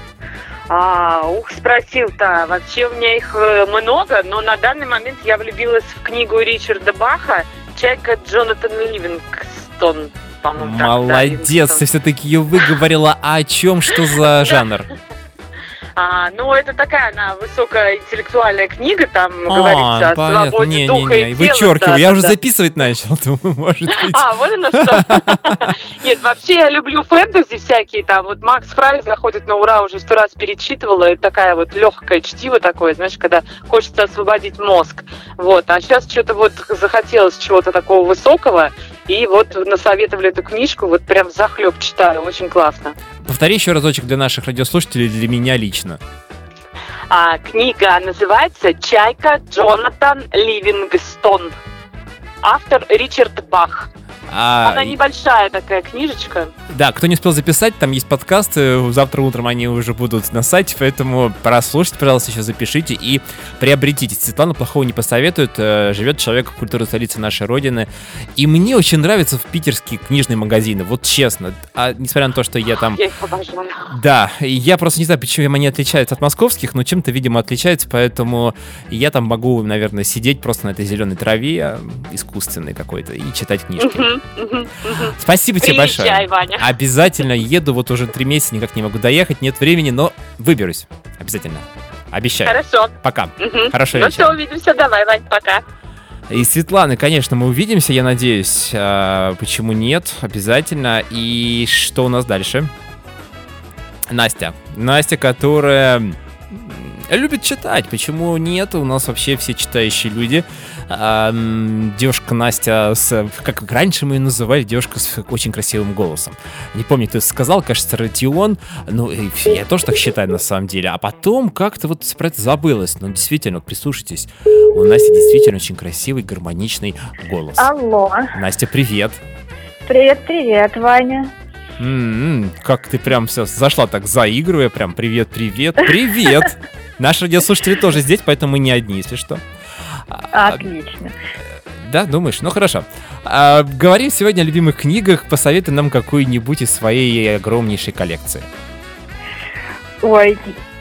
А, ух, спросил-то. Вообще у меня их много, но на данный момент я влюбилась в книгу Ричарда Баха «Чайка» Джонатан Ливингстон. По-моему, молодец, так, да, ты все-таки ее выговорила. А о чем, что за жанр? А, ну, это такая, она высокоинтеллектуальная книга, там а, говорится о свободе не, духа не, не. и тела. Вычеркиваю, да, я да, уже да. записывать начал, думаю, может быть. А, вот оно что. Нет, вообще я люблю фэнтези всякие, там, вот Макс Фрай заходит на ура, уже сто раз перечитывала, это такая вот легкое чтиво такое, знаешь, когда хочется освободить мозг. Вот, а сейчас что-то вот захотелось чего-то такого высокого, и вот насоветовали эту книжку, вот прям захлеб читаю, очень классно. Повтори еще разочек для наших радиослушателей, для меня лично. А, книга называется «Чайка» Джонатан Ливингстон. Автор Ричард Бах. А... Она небольшая такая книжечка. Да, кто не успел записать, там есть подкасты, завтра утром они уже будут на сайте, поэтому прослушайте, пожалуйста, еще запишите и приобретите. Светлана плохого не посоветует, живет человек в культурной столице нашей родины, и мне очень нравятся в питерские книжные магазины, вот честно, а несмотря на то, что я там... Я их обожаю. Да, я просто не знаю, почему они отличаются от московских, но чем-то, видимо, отличаются, поэтому я там могу, наверное, сидеть просто на этой зеленой траве искусственной какой-то и читать книжки. Угу. Спасибо тебе большое. Приезжай, Ваня. Обязательно еду, вот уже три месяца никак не могу доехать, нет времени, но выберусь. Обязательно. Обещаю. Хорошо. Пока. Мгм. Хорошего Ну вечера. что, увидимся, давай, Вань, пока. И Светланы, конечно, мы увидимся, я надеюсь. А, почему нет? Обязательно. И что у нас дальше? Настя. Настя, которая м, любит читать. Почему нет? У нас вообще все читающие люди. А, м, девушка Настя, с, как раньше мы ее называли, девушка с очень красивым голосом. Не помню, кто это сказал, кажется, Родион. Ну, и я тоже так считаю на самом деле. А потом как-то вот про это забылось. Но действительно, вот прислушайтесь. У Насти действительно очень красивый, гармоничный голос. Алло. Настя, привет. Привет-привет, Ваня. М-м, как ты прям все зашла так заигрывая, прям привет-привет, привет. Наши радиослушатели тоже здесь, поэтому мы не одни, если что. А, Отлично. Да, думаешь? Ну хорошо. А, говорим сегодня о любимых книгах. Посоветуй нам какую-нибудь из своей огромнейшей коллекции. Ой.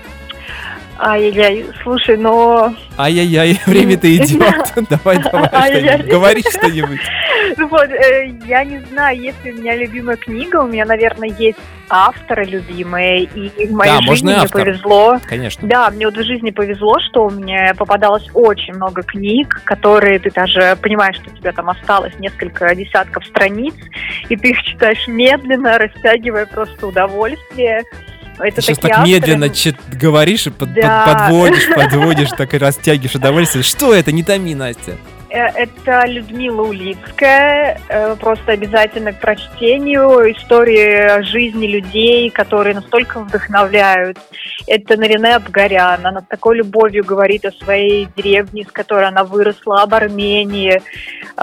Ай-яй-яй, слушай, но... Ай-яй-яй, время-то идет. Давай, давай, Ай-яй-яй. что-нибудь. Говори что-нибудь. Ну вот, э, я не знаю, есть ли у меня любимая книга, у меня, наверное, есть авторы любимые, и в моей Да, жизни можно и мне автора. повезло. Конечно. Да, мне вот в жизни повезло, что у меня попадалось очень много книг, которые ты даже понимаешь, что у тебя там осталось несколько десятков страниц, и ты их читаешь медленно, растягивая просто удовольствие. Это Ты сейчас такие так авторы- медленно чит- говоришь и под- под- Да. подводишь, подводишь, так и растягиваешь удовольствие. Что это? Не томи, Настя. Э, Это Людмила Улицкая, э, просто обязательно к прочтению. Истории жизни людей, которые настолько вдохновляют. Это Нарине Абгарян. Она с такой любовью говорит о своей деревне, с которой она выросла, об Армении, э,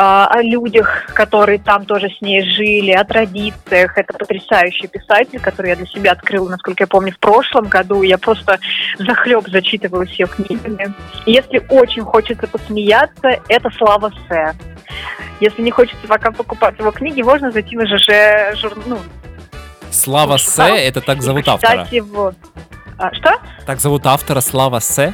о людях, которые там тоже с ней жили, о традициях. Это потрясающий писатель, который я для себя открыла, насколько я помню, в прошлом году. Я просто захлеб зачитывалась ее книгами. И если очень хочется посмеяться, это Слава Сэ. Если не хочется пока покупать его книги, можно зайти на ЖЖ журнал. Ну, Слава Сэ, это так зовут автора. почитать его. А, что? Так зовут автора Слава Сэ.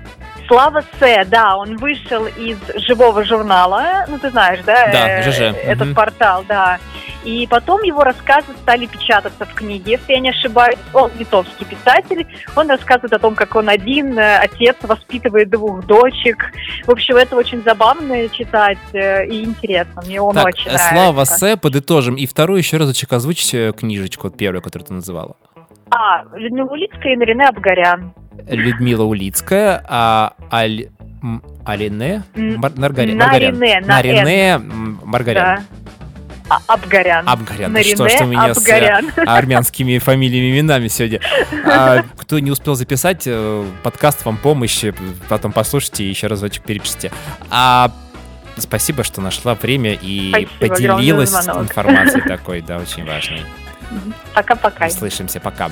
Слава Сэ, да, он вышел из живого журнала, ну ты знаешь, да? Да, э, ЖЖ, Этот мгм. портал, да. И потом его рассказы стали печататься в книге. Если я не ошибаюсь, он литовский писатель. Он рассказывает о том, как он один, э, отец, воспитывает двух дочек. В общем, это очень забавно читать э, и интересно. Мне он Так, очень э, нравится. Слава Сэ, подытожим. И вторую еще разочек озвучить э, книжечку, вот первую, которую ты называла. А, Людмила Улицкая и Нарине Абгарян. Людмила Улицкая, а Аль... м, Алине? М, Мар- Наргари- Нарине, Маргарян. на Нарине м, Маргарян. Да. А, Абгарян. Абгарян. Ну Нарине что ж ты у меня с э, Абгарян. армянскими фамилиями и именами сегодня. А, кто не успел записать, э, подкаст вам помощь, э, потом послушайте и еще разочек перепишите. А спасибо, что нашла время и Спасибо, поделилась огромный звонок. информацией такой, да, очень важной. Пока-пока. Услышимся, пока.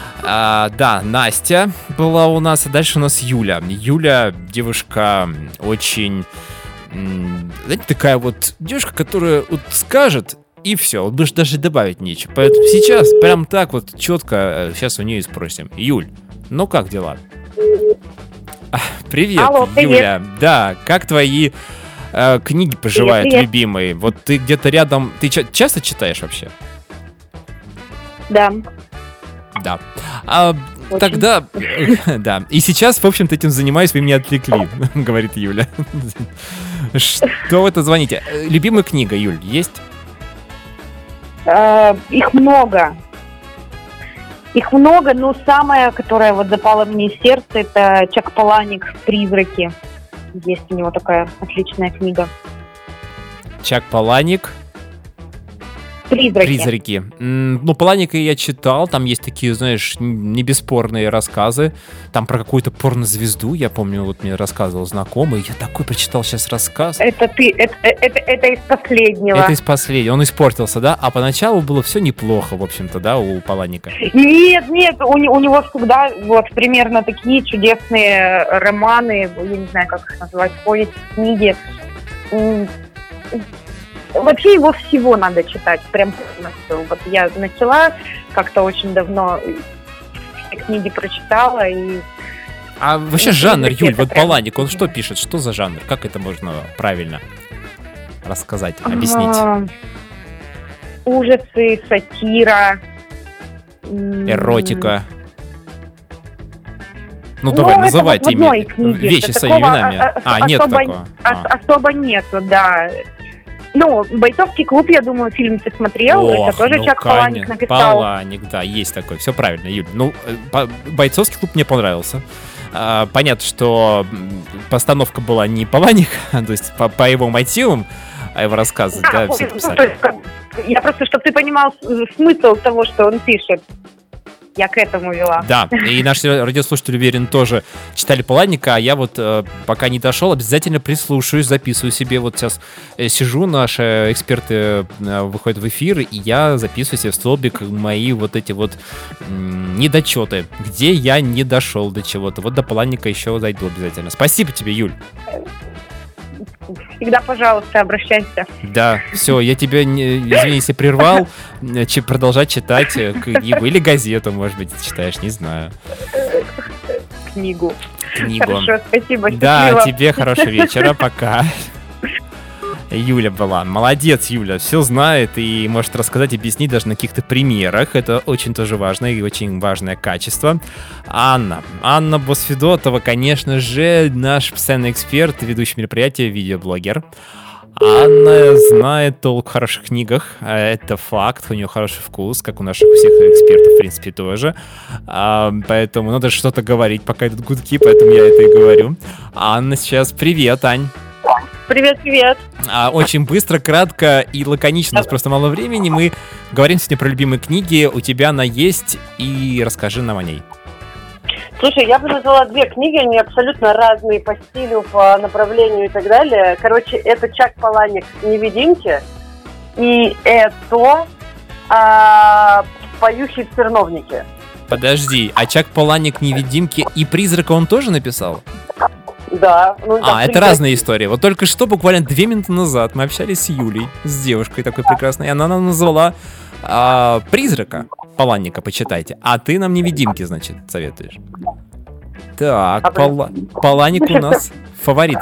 А, да, Настя была у нас, а дальше у нас Юля. Юля девушка очень, м, знаете, такая вот девушка, которая вот скажет, и все, вот больше даже добавить нечего. Поэтому сейчас прям так вот четко сейчас у нее и спросим. Юль, ну как дела? А, Привет, Алло, привет. Юля. Да, как твои э, книги поживают, привет. любимые? Вот ты где-то рядом, ты ча- часто читаешь вообще? Да. Да. А, Очень. тогда, да. И сейчас, в общем-то, этим занимаюсь, вы меня отвлекли, говорит Юля. Что вы-то звоните? Любимая книга, Юль, есть? Э, Их много. Их много, но самая, которая вот запала мне в сердце, это Чак Паланик «Призраки». Есть у него такая отличная книга. Чак Паланик. «Призраки». Призраки. М, Ну, Паланика я читал, там есть такие, знаешь, н- не бесспорные рассказы. Там про какую-то порнозвезду, я помню, вот мне рассказывал знакомый. Я такой прочитал сейчас рассказ. Это ты, это, это, это из последнего. Это из последнего. Он испортился, да? А поначалу было все неплохо, в общем-то, да, у Паланика. Нет, нет, у, не- у него всегда вот примерно такие чудесные романы, я не знаю, как их назвать, повести, книги. М, Вообще его всего надо читать, прям полностью. Вот я начала как-то очень давно, все книги прочитала, и А вообще Ну, жанр, «Призраки» Юль, это вот прям- Паланик, он что пишет? Что за жанр? Как это можно правильно рассказать, объяснить? А, ужасы, сатира. Эротика. Ну, давай, ну, называйте вот ими книге. вещи Это своими такого, именами. А, а, нет особо, такого. А. Особо нету, да. Ну, «Бойцовский клуб», я думаю, фильм ты смотрел. Ох, это тоже ну, Чак конечно. Паланик написал. Паланик, да, есть такой. Все правильно, Юль. Ну, по- «Бойцовский клуб» мне понравился. А, понятно, что постановка была не Паланика, то есть по, по его мотивам, а его рассказы, да, да все ну, писали. то есть, как, я просто, чтобы ты понимал смысл того, что он пишет. Я к этому вела. Да, и наши радиослушатели, уверен, тоже читали Паланика, а я вот э, пока не дошел, обязательно прислушаюсь, записываю себе. Вот сейчас э, сижу, наши эксперты э, выходят в эфир, и я записываю себе в столбик мои вот эти вот м- недочеты, где я не дошел до чего-то. Вот до Паланика еще зайду обязательно. Спасибо тебе, Юль. Всегда, пожалуйста, обращайся. Да, все, я тебя, не, извини, если прервал, ч- продолжать читать книгу или газету, может быть, читаешь, не знаю. Книгу. Книгу. Хорошо, спасибо. Да, счастливо. тебе хорошего вечера, пока. Юля была. Молодец, Юля, все знает и может рассказать, объяснить даже на каких-то примерах. Это очень тоже важно и очень важное качество. Анна. Анна Босфедотова, конечно же, наш постоянный эксперт, ведущий мероприятия, видеоблогер. Анна знает толк в хороших книгах, это факт, у нее хороший вкус, как у наших всех экспертов, в принципе, тоже. А, поэтому надо что-то говорить, пока идут гудки, поэтому я это и говорю. Анна сейчас. Привет, Ань. Привет, привет. А, очень быстро, кратко и лаконично, у нас просто мало времени. Мы говорим сегодня про любимые книги. У тебя она есть, и расскажи нам о ней. Слушай, я бы назвала две книги, они абсолютно разные по стилю, по направлению и так далее. Короче, это Чак Паланик «Невидимки», и это а, «Поющий в терновнике». Подожди, а Чак Паланик «Невидимки» и «Призрака» он тоже написал? Да. Ну, а, это разные истории. Вот только что, буквально две минуты назад, мы общались с Юлей, с девушкой такой прекрасной, и она нам назвала а, «Призрака» Паланика, почитайте. А ты нам «Невидимки», значит, советуешь. Так, а Пала... Паланик у нас фаворит.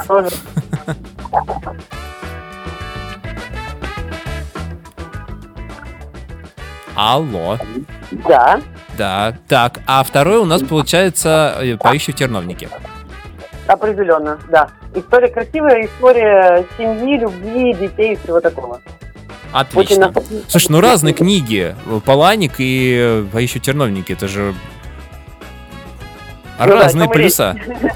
Алло. Да. Да. Так, а второй у нас получается «Поющий в терновнике». Определенно, да. История красивая, история семьи, любви, детей и всего такого. Отлично. Очень... Слушай, ну разные книги. «Паланик» и «Поющий в терновнике». Это же ну, разные да, полюса.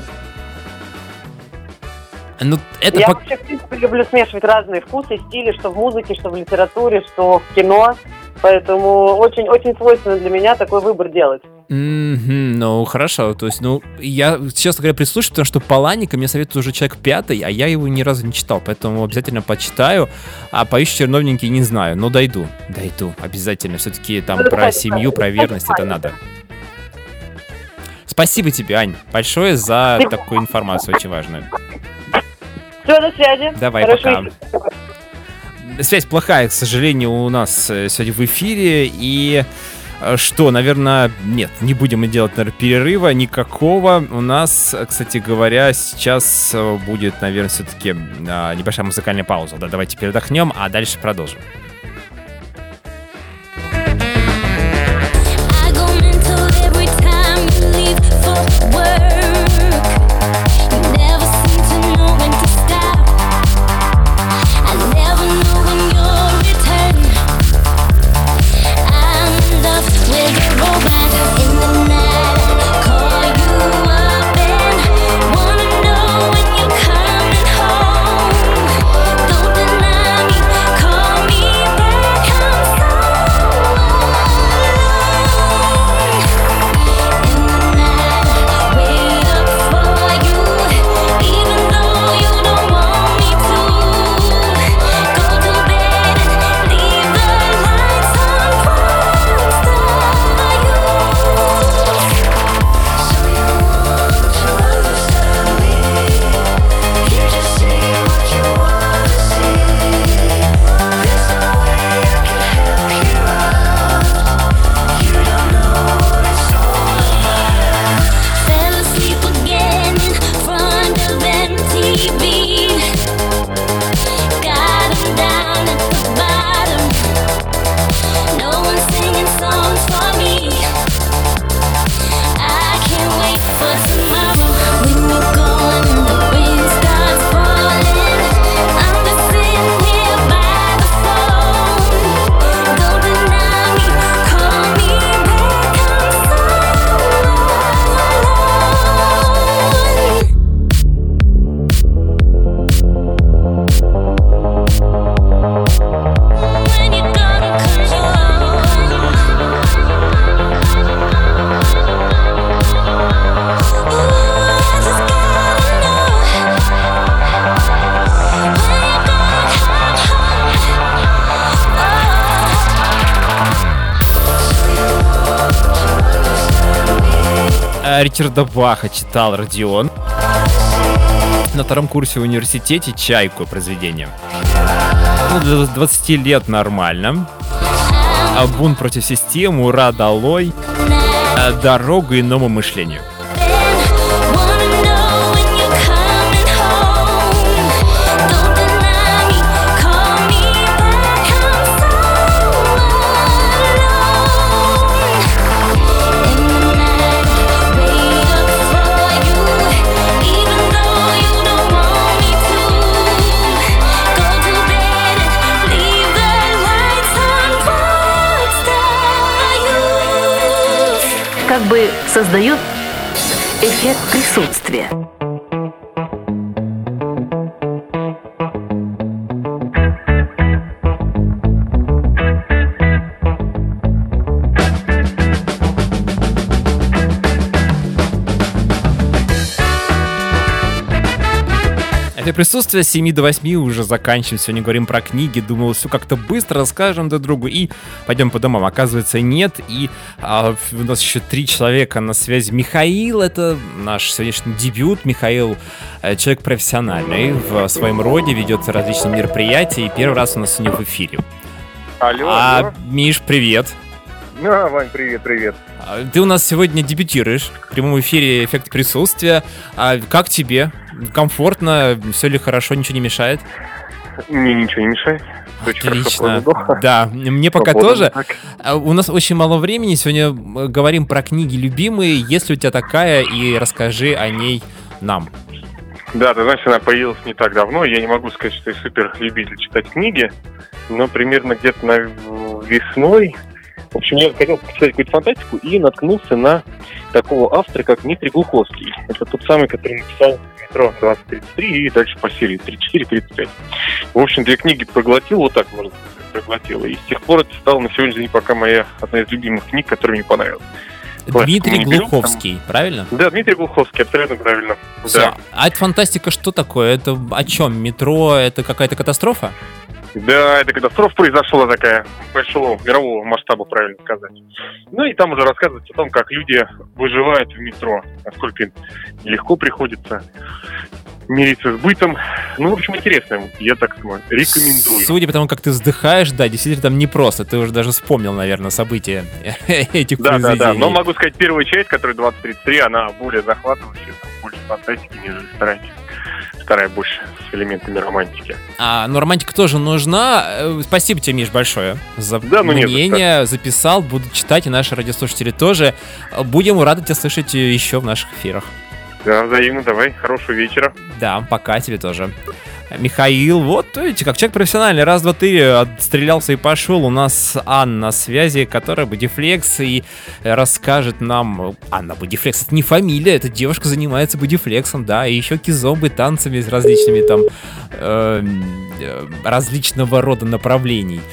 Ну, это Я по... вообще, в принципе, люблю смешивать разные вкусы, стили, что в музыке, что в литературе, что в кино. Поэтому очень-очень свойственно для меня такой выбор делать. Mm-hmm, ну, хорошо. То есть, ну, я, честно говоря, прислушаюсь, потому что Паланика мне советует уже человек пятый, а я его ни разу не читал, поэтому обязательно почитаю. А «Поющий в терновнике» не знаю, но дойду. Дойду, обязательно. Все-таки там ну, про семью, про верность это надо. Спасибо тебе, Ань, большое за такую информацию, очень важную. Все, до связи. Давай, пока. Связь плохая, к сожалению, у нас сегодня в эфире, и что, наверное, нет, не будем мы делать, наверное, перерыва никакого. У нас, кстати говоря, сейчас будет, наверное, все-таки небольшая музыкальная пауза. Да, давайте передохнем, а дальше продолжим. Call me Ричарда Баха читал Родион на втором курсе в университете «Чайку» произведение. Ну, для двадцати лет нормально. А бунт против системы, ура, долой, дорога иному мышлению. Как бы создают эффект присутствия. Это присутствие с семи до восьми уже заканчиваем. Сегодня говорим про книги. Думал, все как-то быстро расскажем друг другу и пойдем по домам. Оказывается, нет. И а, у нас еще три человека на связи. Михаил — это наш сегодняшний дебют. Михаил — человек профессиональный в своем роде, ведет различные мероприятия. И первый раз у нас сегодня в эфире. Алло, а, алло. Миш, привет. А, Вань, привет, привет. Ты у нас сегодня дебютируешь в прямом эфире «Эффект присутствия». А как тебе? Комфортно? Все ли хорошо? Ничего не мешает? Мне ничего не мешает. Очень Отлично. хорошо, да, мне пока Свободно, тоже. Так. У нас очень мало времени. Сегодня говорим про книги любимые. Если у тебя такая, и расскажи о ней нам. Да, ты знаешь, она появилась не так давно. Я не могу сказать, что я супер любитель читать книги, но примерно где-то на весной. В общем, я хотел почитать какую-то фантастику и наткнулся на такого автора, как Дмитрий Глуховский. Это тот самый, который написал «Метро двадцать тридцать три» и дальше по серии тридцать четыре тридцать пять. В общем, две книги проглотил, вот так, можно сказать, проглотил. И с тех пор это стало на сегодняшний день пока моя одна из любимых книг, которая мне понравилась. Дмитрий Классику Глуховский, берем, правильно? Да, Дмитрий Глуховский, абсолютно правильно. Все. Да. А это фантастика что такое? Это о чем? Метро — это какая-то катастрофа? Да, это катастрофа произошла такая, большого мирового масштаба, правильно сказать. Ну и там уже рассказывается о том, как люди выживают в метро, насколько им легко приходится мириться с бытом. Ну, в общем, интересно, я так смотрю, рекомендую. Судя по тому, как ты вздыхаешь, да, действительно там непросто. Ты уже даже вспомнил, наверное, события этих да, произведений. Да, да, но могу сказать, первая часть, которая двадцать тридцать три, она более захватывающая, больше фантастики, нежели вторая часть. Вторая больше с элементами романтики. А, ну романтика тоже нужна. Спасибо тебе, Миш, большое за да, ну мнение. Нет, записал, буду читать, и наши радиослушатели тоже. Будем рады тебя слышать еще в наших эфирах. Да, взаимно, давай, хорошего вечера. Да, пока тебе тоже. Михаил, вот, видите, как человек профессиональный, раз, два, три, отстрелялся и пошел. У нас Анна на связи, которая бодифлекс, и расскажет нам... Анна бодифлекс — это не фамилия, эта девушка занимается бодифлексом, да, и еще кизомбы, танцами с различными там э, различного рода направлений.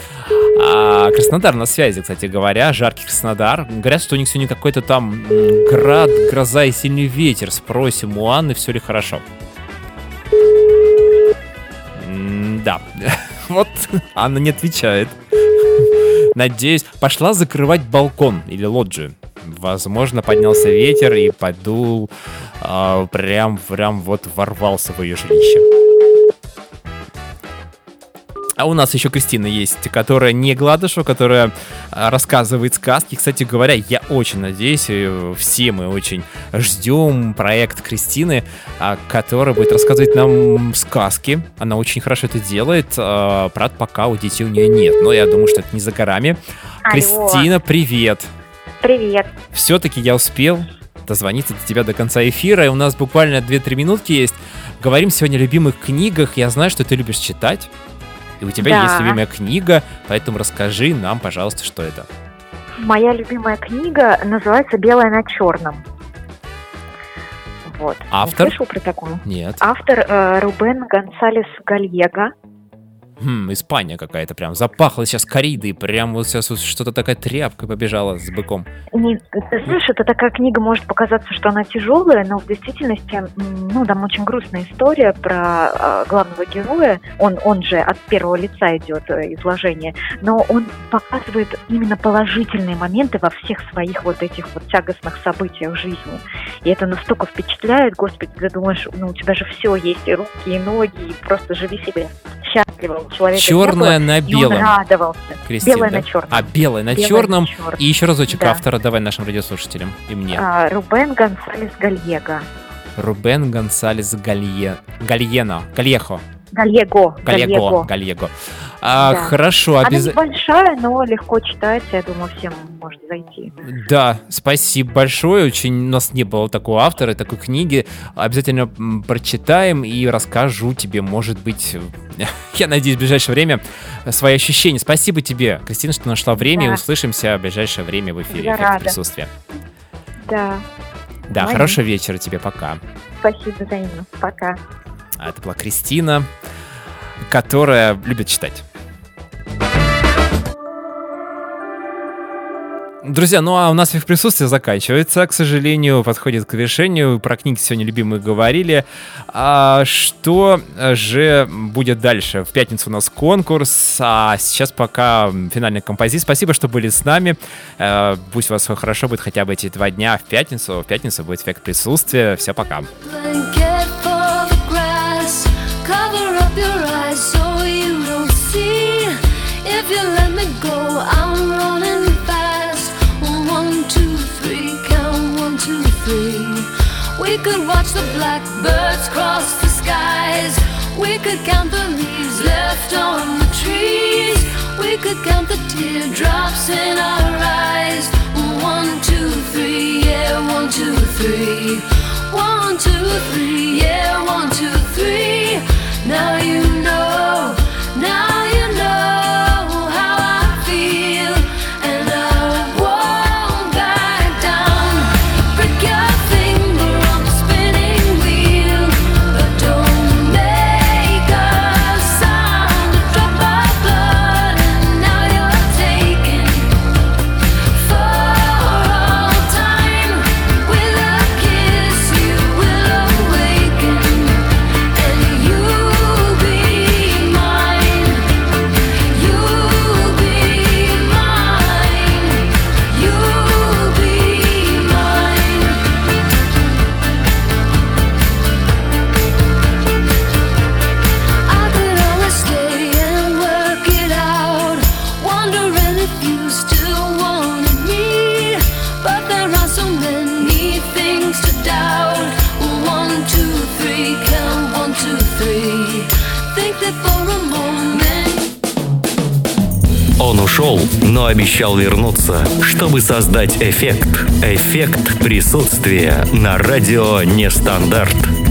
А Краснодар на связи, кстати говоря, жаркий Краснодар. Говорят, что у них сегодня какой-то там град, гроза и сильный ветер. Спросим у Анны, все ли хорошо. Да, вот Анна не отвечает. Надеюсь, пошла закрывать балкон или лоджию. Возможно, поднялся ветер и подул, э, прям, прям вот ворвался в ее жилище. А у нас еще Кристина есть, которая не Гладышева, которая рассказывает сказки. Кстати говоря, я очень надеюсь, все мы очень ждем проект Кристины, которая будет рассказывать нам сказки. Она очень хорошо это делает. Правда, пока у детей у нее нет, но я думаю, что это не за горами. Алло. Кристина, привет. Привет. Все-таки я успел дозвониться до тебя до конца эфира, и у нас буквально две-три минутки есть. Говорим сегодня о любимых книгах. Я знаю, что ты любишь читать. И у тебя да. есть любимая книга, поэтому расскажи нам, пожалуйста, что это. Моя любимая книга называется «Белое на черном». Вот. Автор? Не слышал про такую? Нет. Автор э, Рубен Гонсалес Гальего. Хм, Испания какая-то прям. Запахло сейчас корридой, прям вот сейчас вот что-то такая тряпка побежала с быком. Не, ты знаешь, это такая книга, может показаться, что она тяжелая, но в действительности, ну, там очень грустная история про э, главного героя. Он, он же от первого лица идет э, изложение, но он показывает именно положительные моменты во всех своих вот этих вот тягостных событиях жизни. И это настолько впечатляет, господи, ты думаешь, ну, у тебя же все есть, и руки, и ноги, и просто живи себе счастливо. Человека черное было, на белом. Он радовался. Кристин, белое да? на черном. А, белое на белое черном. На черном. И еще разочек да. автора давай нашим радиослушателям и мне. А, Рубен Гонсалес Гальего. Рубен Гонсалес Галье... Гальено. Гальехо. Гальего. Гальего. Гальего. А, да. Хорошо. Обязательно. Она небольшая, но легко читать. Я думаю, всем может зайти. Да, спасибо большое. Очень у нас не было такого автора, такой книги. Обязательно прочитаем и расскажу тебе, может быть, я надеюсь, в ближайшее время свои ощущения. Спасибо тебе, Кристина, что нашла время. Да. Услышимся в ближайшее время в эфире. Эффект присутствия. Да. Да, Молодец. Хорошего вечера тебе. Пока. Спасибо, взаимно. Пока. А это была Кристина, которая любит читать. Друзья, ну а у нас их присутствие заканчивается, к сожалению, подходит к завершению. Про книги сегодня любимые говорили. А что же будет дальше? В пятницу у нас конкурс, а сейчас пока финальная композиция. Спасибо, что были с нами. Пусть у вас все хорошо будет хотя бы эти два дня в пятницу. В пятницу будет эффект присутствия. Все, пока. We could watch the blackbirds cross the skies. We could count the leaves left on the trees. We could count the teardrops in our eyes. One, two, three, yeah, one, two, three. One, two, three, yeah, one, two, three. Now you know, now you know how I feel. And I won't back down. Break your finger on the spinning wheel, but don't make a sound. A drop of blood, and now you're taken for all time. With a kiss you will awaken, and you'll be mine. You'll be mine. You'll be mine. I could always stay and work it out, wondering if you still wanted me. But there are so many things to doubt. One, two, three, count one, two, three. Think that for a moment. Он ушел, но обещал вернуться, чтобы создать эффект. Эффект присутствия на радио Нестандарт.